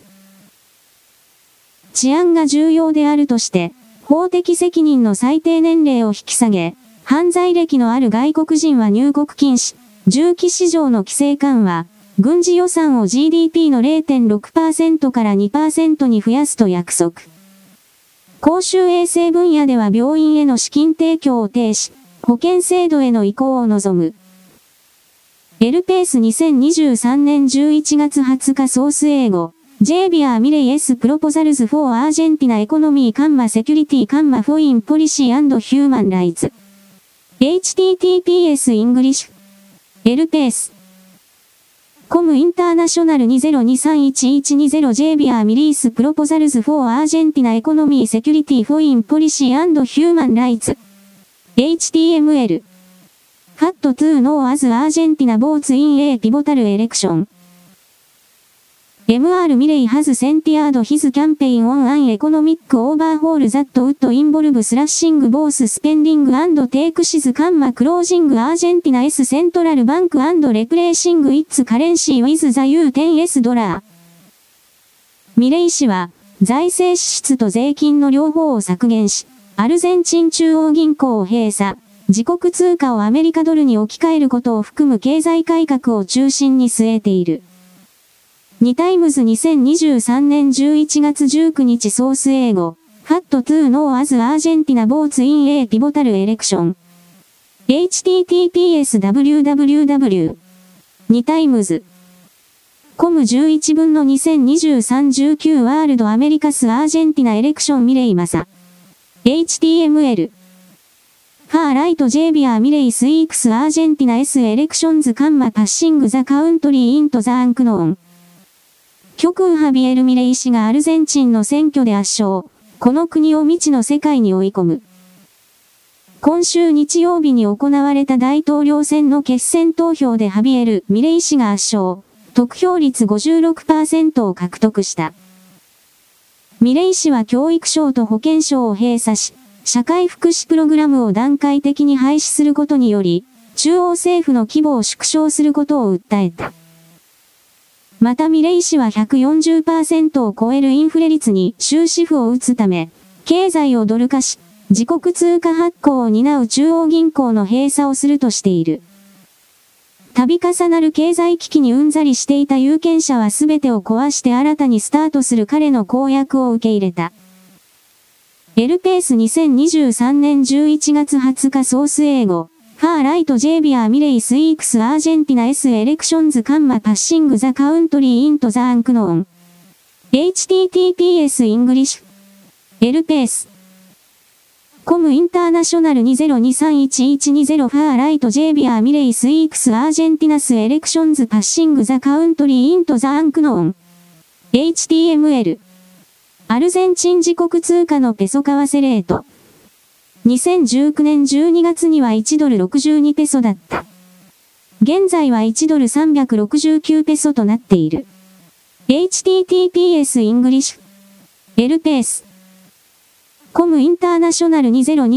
治安が重要であるとして、法的責任の最低年齢を引き下げ、犯罪歴のある外国人は入国禁止、銃器市場の規制緩和、軍事予算を GDP の 0.6% から 2% に増やすと約束。公衆衛生分野では病院への資金提供を停止、保険制度への移行を望む。エルペース2023年11月20日ソース英語。ジェービアーミレイ S プロポザルズフォーアージェンティナエコノミーカンマセキュリティカンマフォインポリシー&ヒューマンライツ。https イングリッシュ。エルペース。コムインターナショナル20231120ジェービアーミリースプロポザルズフォーアージェンティナエコノミーセキュリティフォインポリシー&ヒューマンライツ。HTML。Fat to know as Argentina votes in a pivotal election. MR ミレイ has centered his campaign on an economic overhaul that would involve slashing both spending and taxes, closing Argentina's central bank and replacing its currency with the U10S ドラー。ミレイ氏は、財政支出と税金の両方を削減し、アルゼンチン中央銀行を閉鎖、自国通貨をアメリカドルに置き換えることを含む経済改革を中心に据えている。2タイムズ2023年11月19日ソース英語。Fat to know as Argentina votes in a pivotal election. https www. 2タイムズ。コム11分の2023-19ワールドアメリカスアージェンティナエレクションミレイマサ。HTML。ファーライトジェービアーミレイスイークスアージェンティナ S エレクションズカンマパッシングザカウントリーイントザアンクノーン。極右ハビエル・ミレイ氏がアルゼンチンの選挙で圧勝。この国を未知の世界に追い込む。今週日曜日に行われた大統領選の決選投票でハビエル・ミレイ氏が圧勝。得票率 56% を獲得した。ミレイ氏は教育省と保健省を閉鎖し、 社会福祉プログラムを段階的に廃止することにより、中央政府の規模を縮小することを訴えた。またミレイ氏は 140% を超えるインフレ率に終止符を打つため、経済をドル化し、自国通貨発行を担う中央銀行の閉鎖をするとしている。度重なる経済危機にうんざりしていた有権者は全てを壊して新たにスタートする彼の公約を受け入れた。エルペース2023年11月20日ソース英語。ファーライト JB ミレイスイークスアージェンティナ S エレクションズカンマパッシングザカウントリーイントザアンクノーン。https イングリッシュ。エルペース。コムインターナショナル20231120ファーライト JB ミレイスイークスアージェンティナスエレクションズパッシングザカウントリーイントザアンクノーン。HTML。アルゼンチン自国通貨のペソ為替レート。2019年12月には1ドル62ペソだった。現在は1ドル369ペソとなっている。https イングリッシュ。エルペース。コムインターナショナル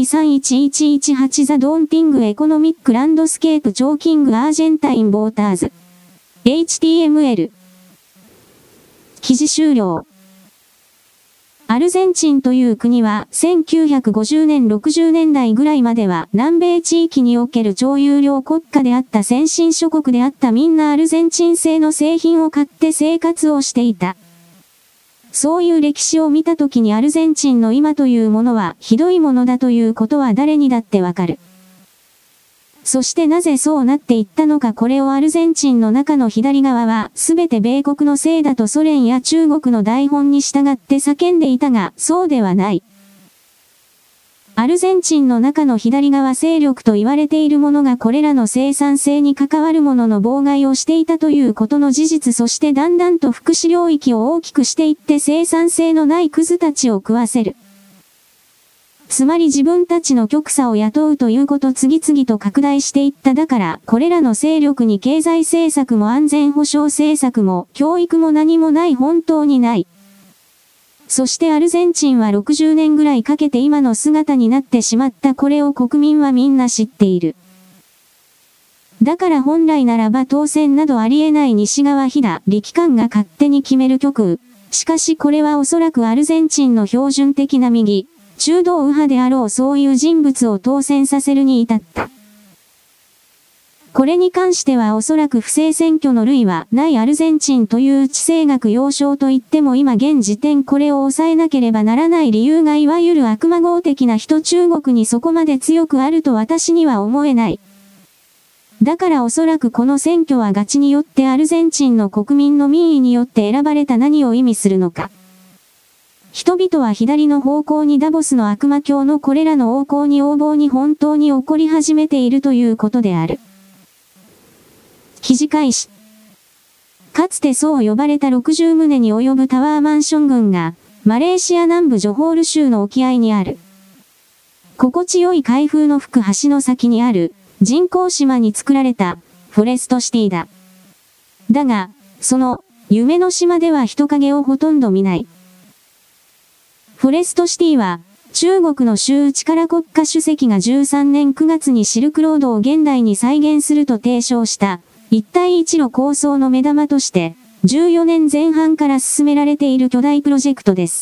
20231118ザドーンティングエコノミックランドスケープチョーキングアージェンタインボーターズ。HTML。記事終了。アルゼンチンという国は1950年60年代ぐらいまでは南米地域における超優良国家であった先進諸国であったみんなアルゼンチン製の製品を買って生活をしていた。そういう歴史を見たときにアルゼンチンの今というものはひどいものだということは誰にだってわかる。そしてなぜそうなっていったのかこれをアルゼンチンの中の左側はすべて米国のせいだとソ連や中国の台本に従って叫んでいたがそうではない。アルゼンチンの中の左側勢力と言われているものがこれらの生産性に関わるものの妨害をしていたということの事実そしてだんだんと福祉領域を大きくしていって生産性のないクズたちを食わせる。つまり自分たちの極左を雇うということ次々と拡大していっただからこれらの勢力に経済政策も安全保障政策も教育も何もない本当にない。そしてアルゼンチンは60年ぐらいかけて今の姿になってしまったこれを国民はみんな知っている。だから本来ならば当選などありえない西側飛騨力官が勝手に決める極右。しかしこれはおそらくアルゼンチンの標準的な右。中道右派であろうそういう人物を当選させるに至った。これに関してはおそらく不正選挙の類はないアルゼンチンという地政学要衝といっても今現時点これを抑えなければならない理由がいわゆる悪魔号的な人中国にそこまで強くあると私には思えない。だからおそらくこの選挙はガチによってアルゼンチンの国民の民意によって選ばれた何を意味するのか。人々は左の方向にダボスの悪魔教のこれらの横行に横暴に本当に起こり始めているということである。記事開始。かつてそう呼ばれた60棟に及ぶタワーマンション群が、マレーシア南部ジョホール州の沖合にある。心地よい海風の吹く橋の先にある、人工島に作られた、フォレストシティだ。だが、その、夢の島では人影をほとんど見ない。フォレストシティは、中国の習力国家主席が13年9月にシルクロードを現代に再現すると提唱した、一帯一路構想の目玉として、14年前半から進められている巨大プロジェクトです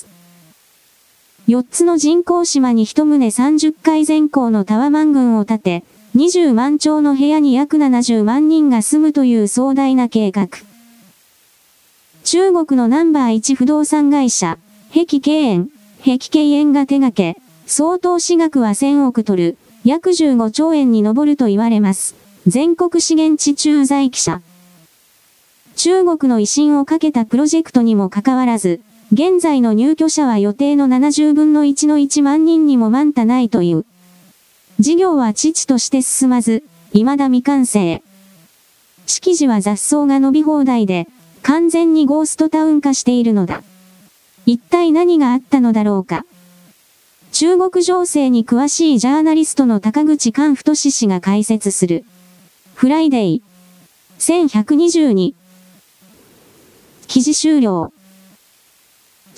。4つの人工島に1棟30階全高のタワマン群を建て、20万丁の部屋に約70万人が住むという壮大な計画。中国のナンバー1不動産会社、碧桂園が手掛け、総投資額は1000億ドル、約15兆円に上ると言われます。全国資源地駐在記者。中国の威信をかけたプロジェクトにもかかわらず、現在の入居者は予定の70分の1の1万人にも満たないという。事業は遅々として進まず、未だ未完成。敷地は雑草が伸び放題で、完全にゴーストタウン化しているのだ。一体何があったのだろうか。中国情勢に詳しいジャーナリストの高口寛太氏が解説する。フライデー。1122。記事終了。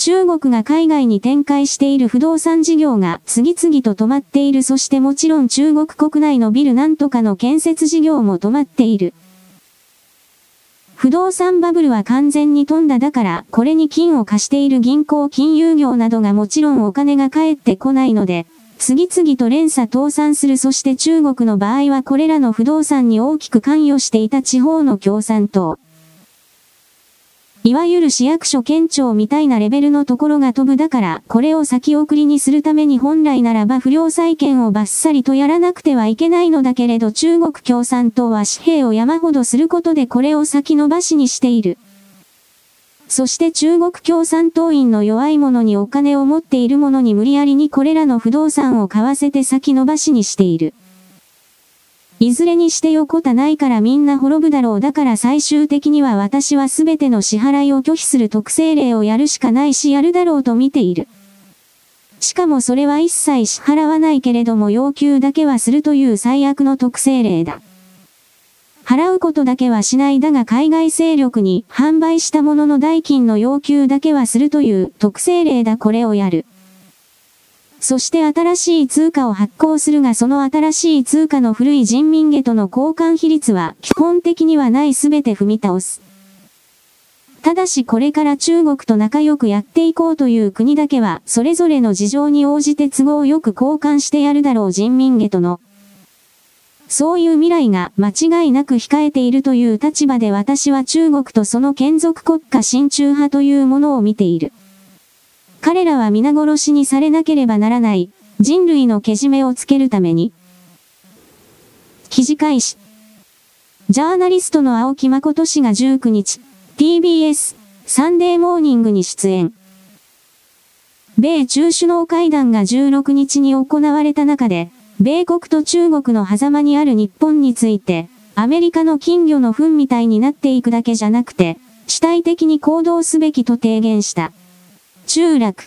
中国が海外に展開している不動産事業が次々と止まっている。そしてもちろん中国国内のビルなんとかの建設事業も止まっている。不動産バブルは完全に飛んだ。だから、これに金を貸している銀行金融業などがもちろんお金が返ってこないので、次々と連鎖倒産する。そして中国の場合はこれらの不動産に大きく関与していた地方の共産党。いわゆる市役所県庁みたいなレベルのところが飛ぶ。だから、これを先送りにするために本来ならば不良債権をバッサリとやらなくてはいけないのだけれど、中国共産党は紙幣を山ほどすることでこれを先延ばしにしている。そして中国共産党員の弱い者にお金を持っている者に無理やりにこれらの不動産を買わせて先延ばしにしている。いずれにして横田ないからみんな滅ぶだろう。だから最終的には私はすべての支払いを拒否する特例令をやるしかないしやるだろうと見ている。しかもそれは一切支払わないけれども要求だけはするという最悪の特例令だ。払うことだけはしないだが海外勢力に販売したものの代金の要求だけはするという特例令だ。これをやる。そして新しい通貨を発行するがその新しい通貨の古い人民元との交換比率は基本的にはないすべて踏み倒す。ただしこれから中国と仲良くやっていこうという国だけはそれぞれの事情に応じて都合よく交換してやるだろう人民元との。そういう未来が間違いなく控えているという立場で私は中国とその眷属国家親中派というものを見ている。彼らは皆殺しにされなければならない人類のけじめをつけるために。記事開始。ジャーナリストの青木誠氏が19日、TBS サンデーモーニングに出演。米中首脳会談が16日に行われた中で、米国と中国の狭間にある日本について、アメリカの金魚の糞みたいになっていくだけじゃなくて、主体的に行動すべきと提言した。中落。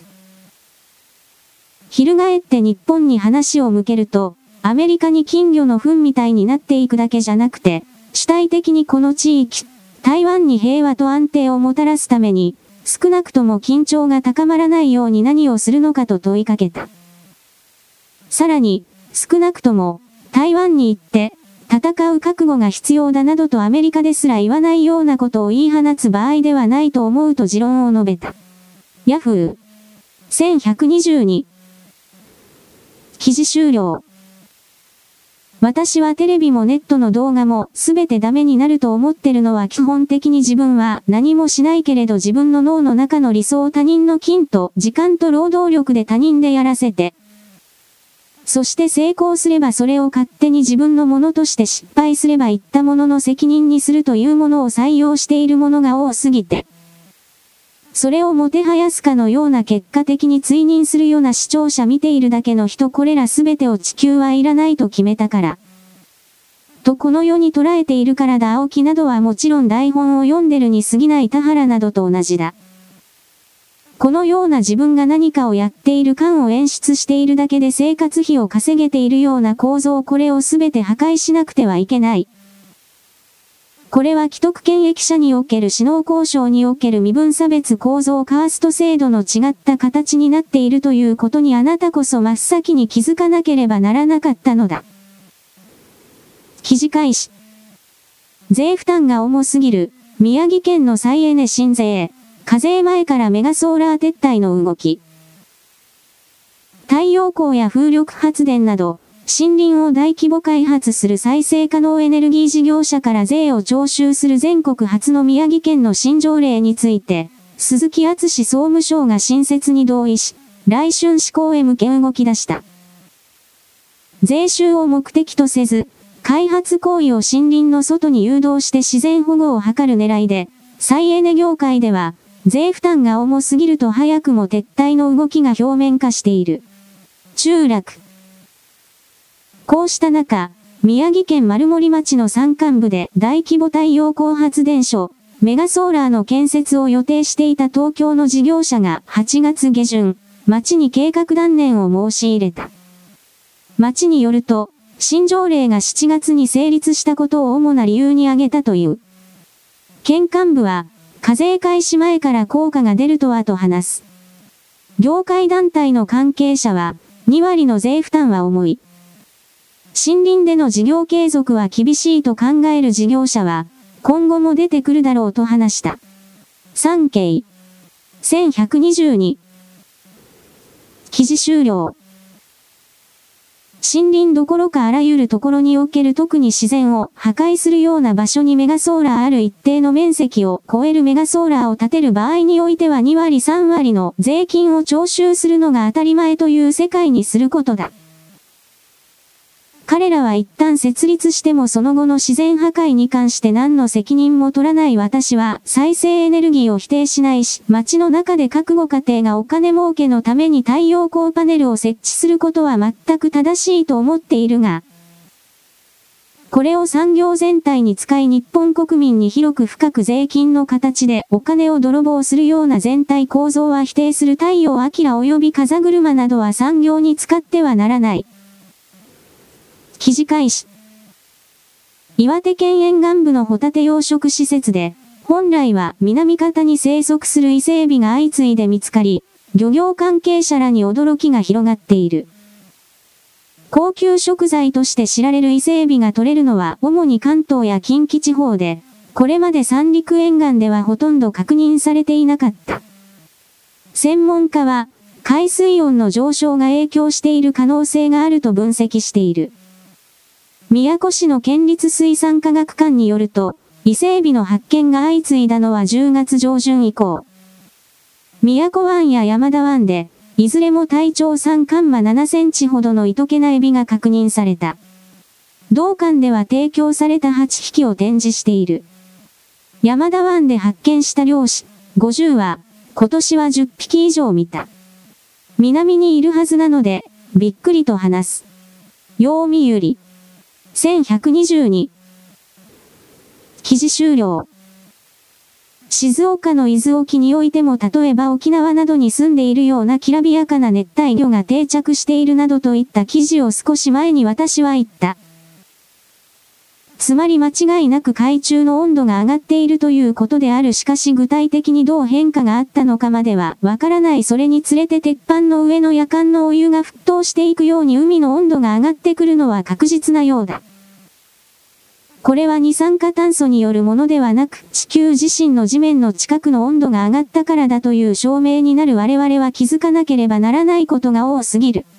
翻って日本に話を向けると、アメリカに金魚の糞みたいになっていくだけじゃなくて、主体的にこの地域、台湾に平和と安定をもたらすために、少なくとも緊張が高まらないように何をするのかと問いかけた。さらに、少なくとも、台湾に行って、戦う覚悟が必要だなどとアメリカですら言わないようなことを言い放つ場合ではないと思うと持論を述べた。ヤフー。1122。記事終了。私はテレビもネットの動画もすべてダメになると思ってるのは基本的に自分は何もしないけれど自分の脳の中の理想を他人の金と時間と労働力で他人でやらせて、そして成功すればそれを勝手に自分のものとして失敗すれば言ったものの責任にするというものを採用しているものが多すぎて、それをもてはやすかのような結果的に追認するような視聴者見ているだけの人これらすべてを地球はいらないと決めたから。とこの世に捉えているからだ。青木などはもちろん台本を読んでるに過ぎない田原などと同じだ。このような自分が何かをやっている感を演出しているだけで生活費を稼げているような構造これをすべて破壊しなくてはいけない。これは既得権益者における首脳交渉における身分差別構造カースト制度の違った形になっているということにあなたこそ真っ先に気づかなければならなかったのだ。記事開始。税負担が重すぎる、宮城県の再エネ新税、課税前からメガソーラー撤退の動き。太陽光や風力発電など、森林を大規模開発する再生可能エネルギー事業者から税を徴収する全国初の宮城県の新条例について、鈴木敦総務省が新設に同意し、来春施行へ向け動き出した。税収を目的とせず、開発行為を森林の外に誘導して自然保護を図る狙いで、再エネ業界では、税負担が重すぎると早くも撤退の動きが表面化している。中落。こうした中、宮城県丸森町の山間部で大規模太陽光発電所、メガソーラーの建設を予定していた東京の事業者が8月下旬、町に計画断念を申し入れた。町によると、新条例が7月に成立したことを主な理由に挙げたという。県幹部は、課税開始前から効果が出るとはと話す。 業界団体の関係者は、2割の税負担は重い。森林での事業継続は厳しいと考える事業者は、今後も出てくるだろうと話した。産経。1122。記事終了。森林どころかあらゆるところにおける特に自然を破壊するような場所にメガソーラーある一定の面積を超えるメガソーラーを建てる場合においては2割3割の税金を徴収するのが当たり前という世界にすることだ。彼らは一旦設立してもその後の自然破壊に関して何の責任も取らない。私は再生エネルギーを否定しないし、街の中で各ご家庭がお金儲けのために太陽光パネルを設置することは全く正しいと思っているが、これを産業全体に使い日本国民に広く深く税金の形でお金を泥棒するような全体構造は否定する。太陽明及び風車などは産業に使ってはならない。記事開始。岩手県沿岸部のホタテ養殖施設で、本来は南方に生息する伊勢エビが相次いで見つかり、漁業関係者らに驚きが広がっている。高級食材として知られる伊勢エビが取れるのは主に関東や近畿地方で、これまで三陸沿岸ではほとんど確認されていなかった。専門家は、海水温の上昇が影響している可能性があると分析している。宮古市の県立水産科学館によると、伊勢エビの発見が相次いだのは10月上旬以降。宮古湾や山田湾で、いずれも体長3カンマ7センチほどの糸気なエビが確認された。同館では提供された8匹を展示している。山田湾で発見した漁師50は、今年は10匹以上見た。南にいるはずなので、びっくりと話す。読売。1122。記事終了。静岡の伊豆沖においても例えば沖縄などに住んでいるようなきらびやかな熱帯魚が定着しているなどといった記事を少し前に私は言った。つまり間違いなく海中の温度が上がっているということである。しかし具体的にどう変化があったのかまではわからない。それにつれて鉄板の上のやかんのお湯が沸騰していくように海の温度が上がってくるのは確実なようだ。これは二酸化炭素によるものではなく、地球自身の地面の近くの温度が上がったからだという証明になる。我々は気づかなければならないことが多すぎる。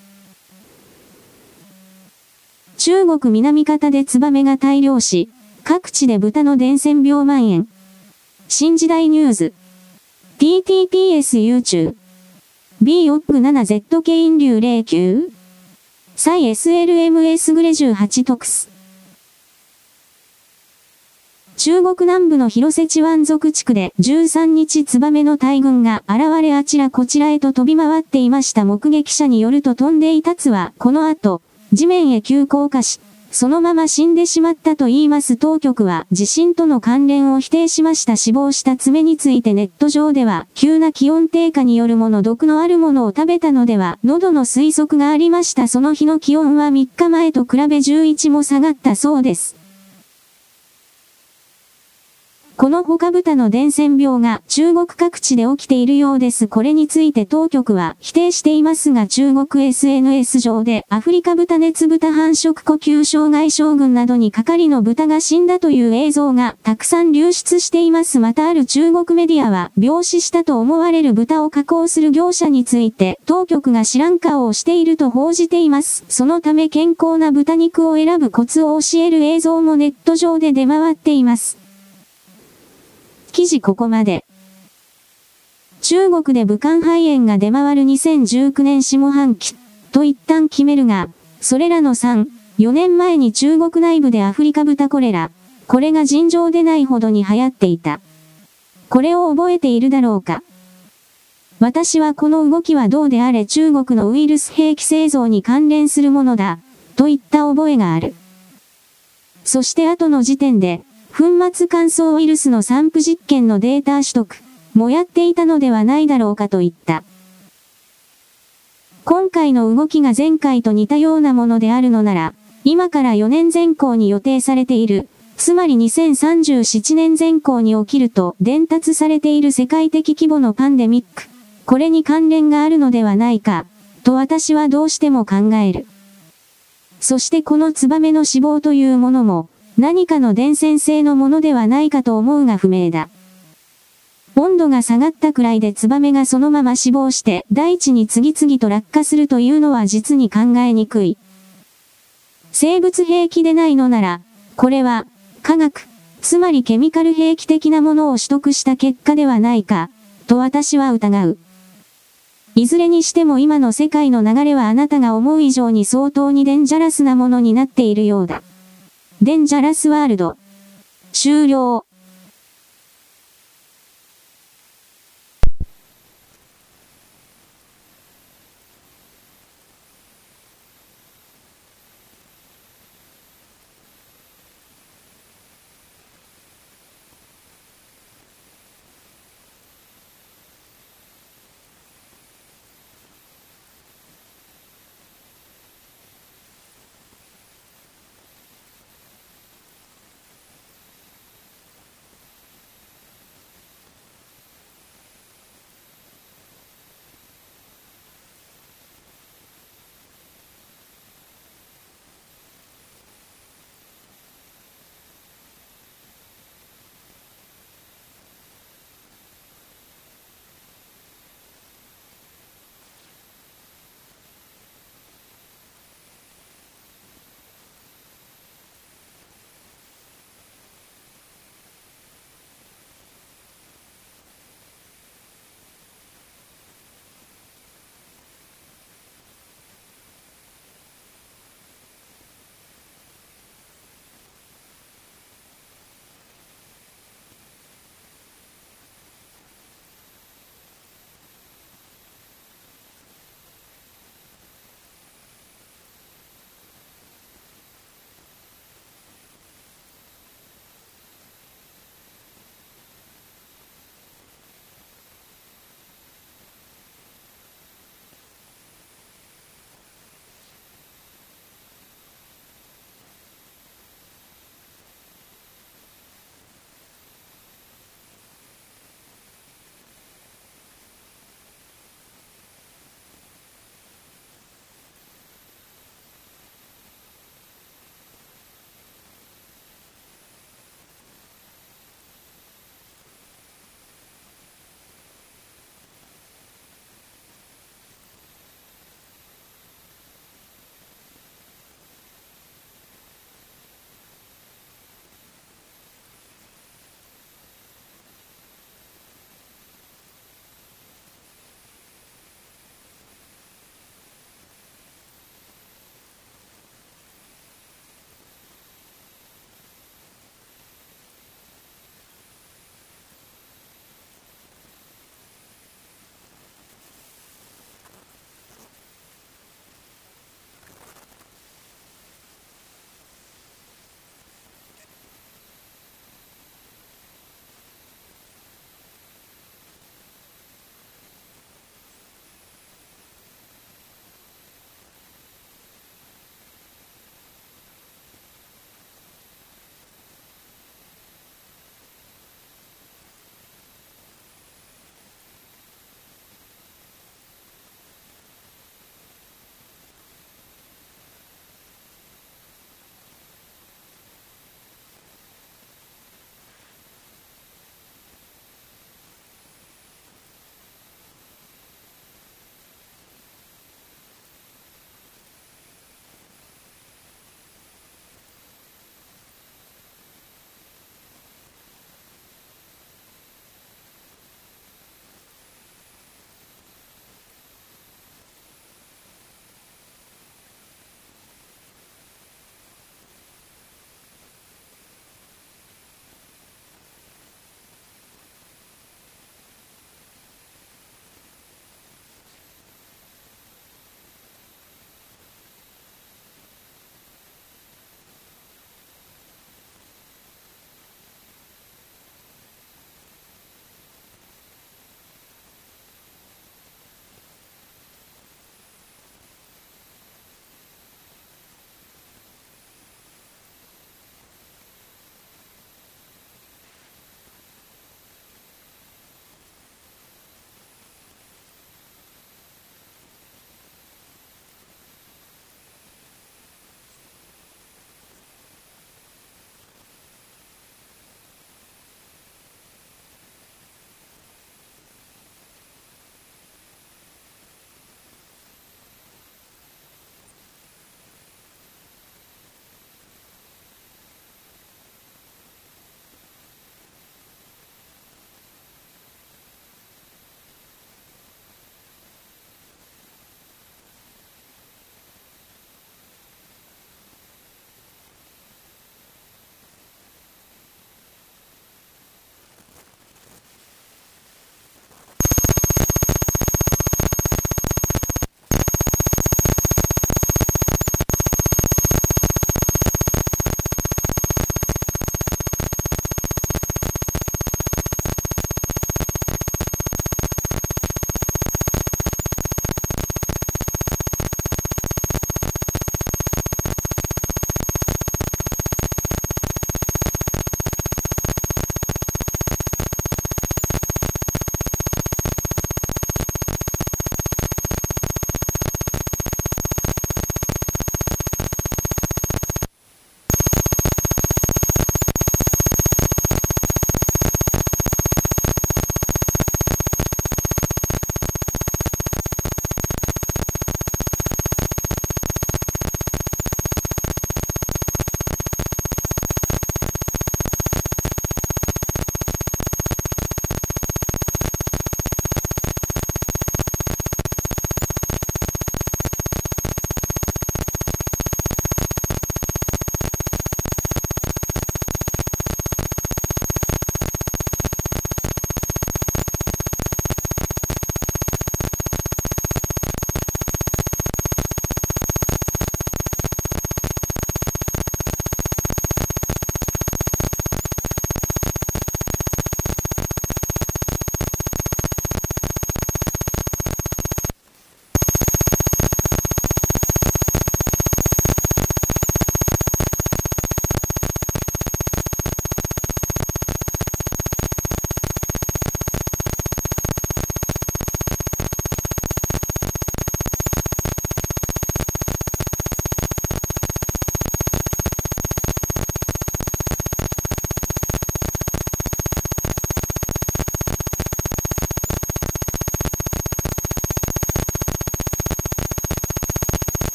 中国南方でツバメが大量死、各地で豚の伝染病蔓延。新時代ニュース。TTPS 優中。B-OP7ZK イン流09。サイ SLMS グレ18特ス。中国南部の広瀬地湾族地区で13日ツバメの大群が現れあちらこちらへと飛び回っていました。目撃者によると飛んでいたツはこの後、地面へ急降下し、そのまま死んでしまったと言います。当局は地震との関連を否定しました。死亡した爪についてネット上では、急な気温低下によるもの毒のあるものを食べたのでは、喉の推測がありました。その日の気温は3日前と比べ11も下がったそうです。この他豚の伝染病が中国各地で起きているようです。これについて当局は否定していますが中国 SNS 上でアフリカ豚熱豚繁殖呼吸障害症群などにかかりの豚が死んだという映像がたくさん流出しています。またある中国メディアは病死したと思われる豚を加工する業者について当局が知らん顔をしていると報じています。そのため健康な豚肉を選ぶコツを教える映像もネット上で出回っています。記事ここまで。中国で武漢肺炎が出回る2019年下半期と一旦決めるが、それらの3、4年前に中国内部でアフリカ豚コレラ、これが尋常でないほどに流行っていた。これを覚えているだろうか。私はこの動きはどうであれ中国のウイルス兵器製造に関連するものだ、といった覚えがある。そして後の時点で、粉末乾燥ウイルスの散布実験のデータ取得もやっていたのではないだろうかと言った。今回の動きが前回と似たようなものであるのなら、今から4年前後に予定されている、つまり2037年前後に起きると伝達されている世界的規模のパンデミック、 これに関連があるのではないか、と私はどうしても考える。そしてこのツバメの死亡というものも、何かの伝染性のものではないかと思うが不明だ。温度が下がったくらいでツバメがそのまま死亡して大地に次々と落下するというのは実に考えにくい。生物兵器でないのなら、これは化学、つまりケミカル兵器的なものを取得した結果ではないか、と私は疑う。いずれにしても今の世界の流れはあなたが思う以上に相当にデンジャラスなものになっているようだ。デンジャラスワールド。終了。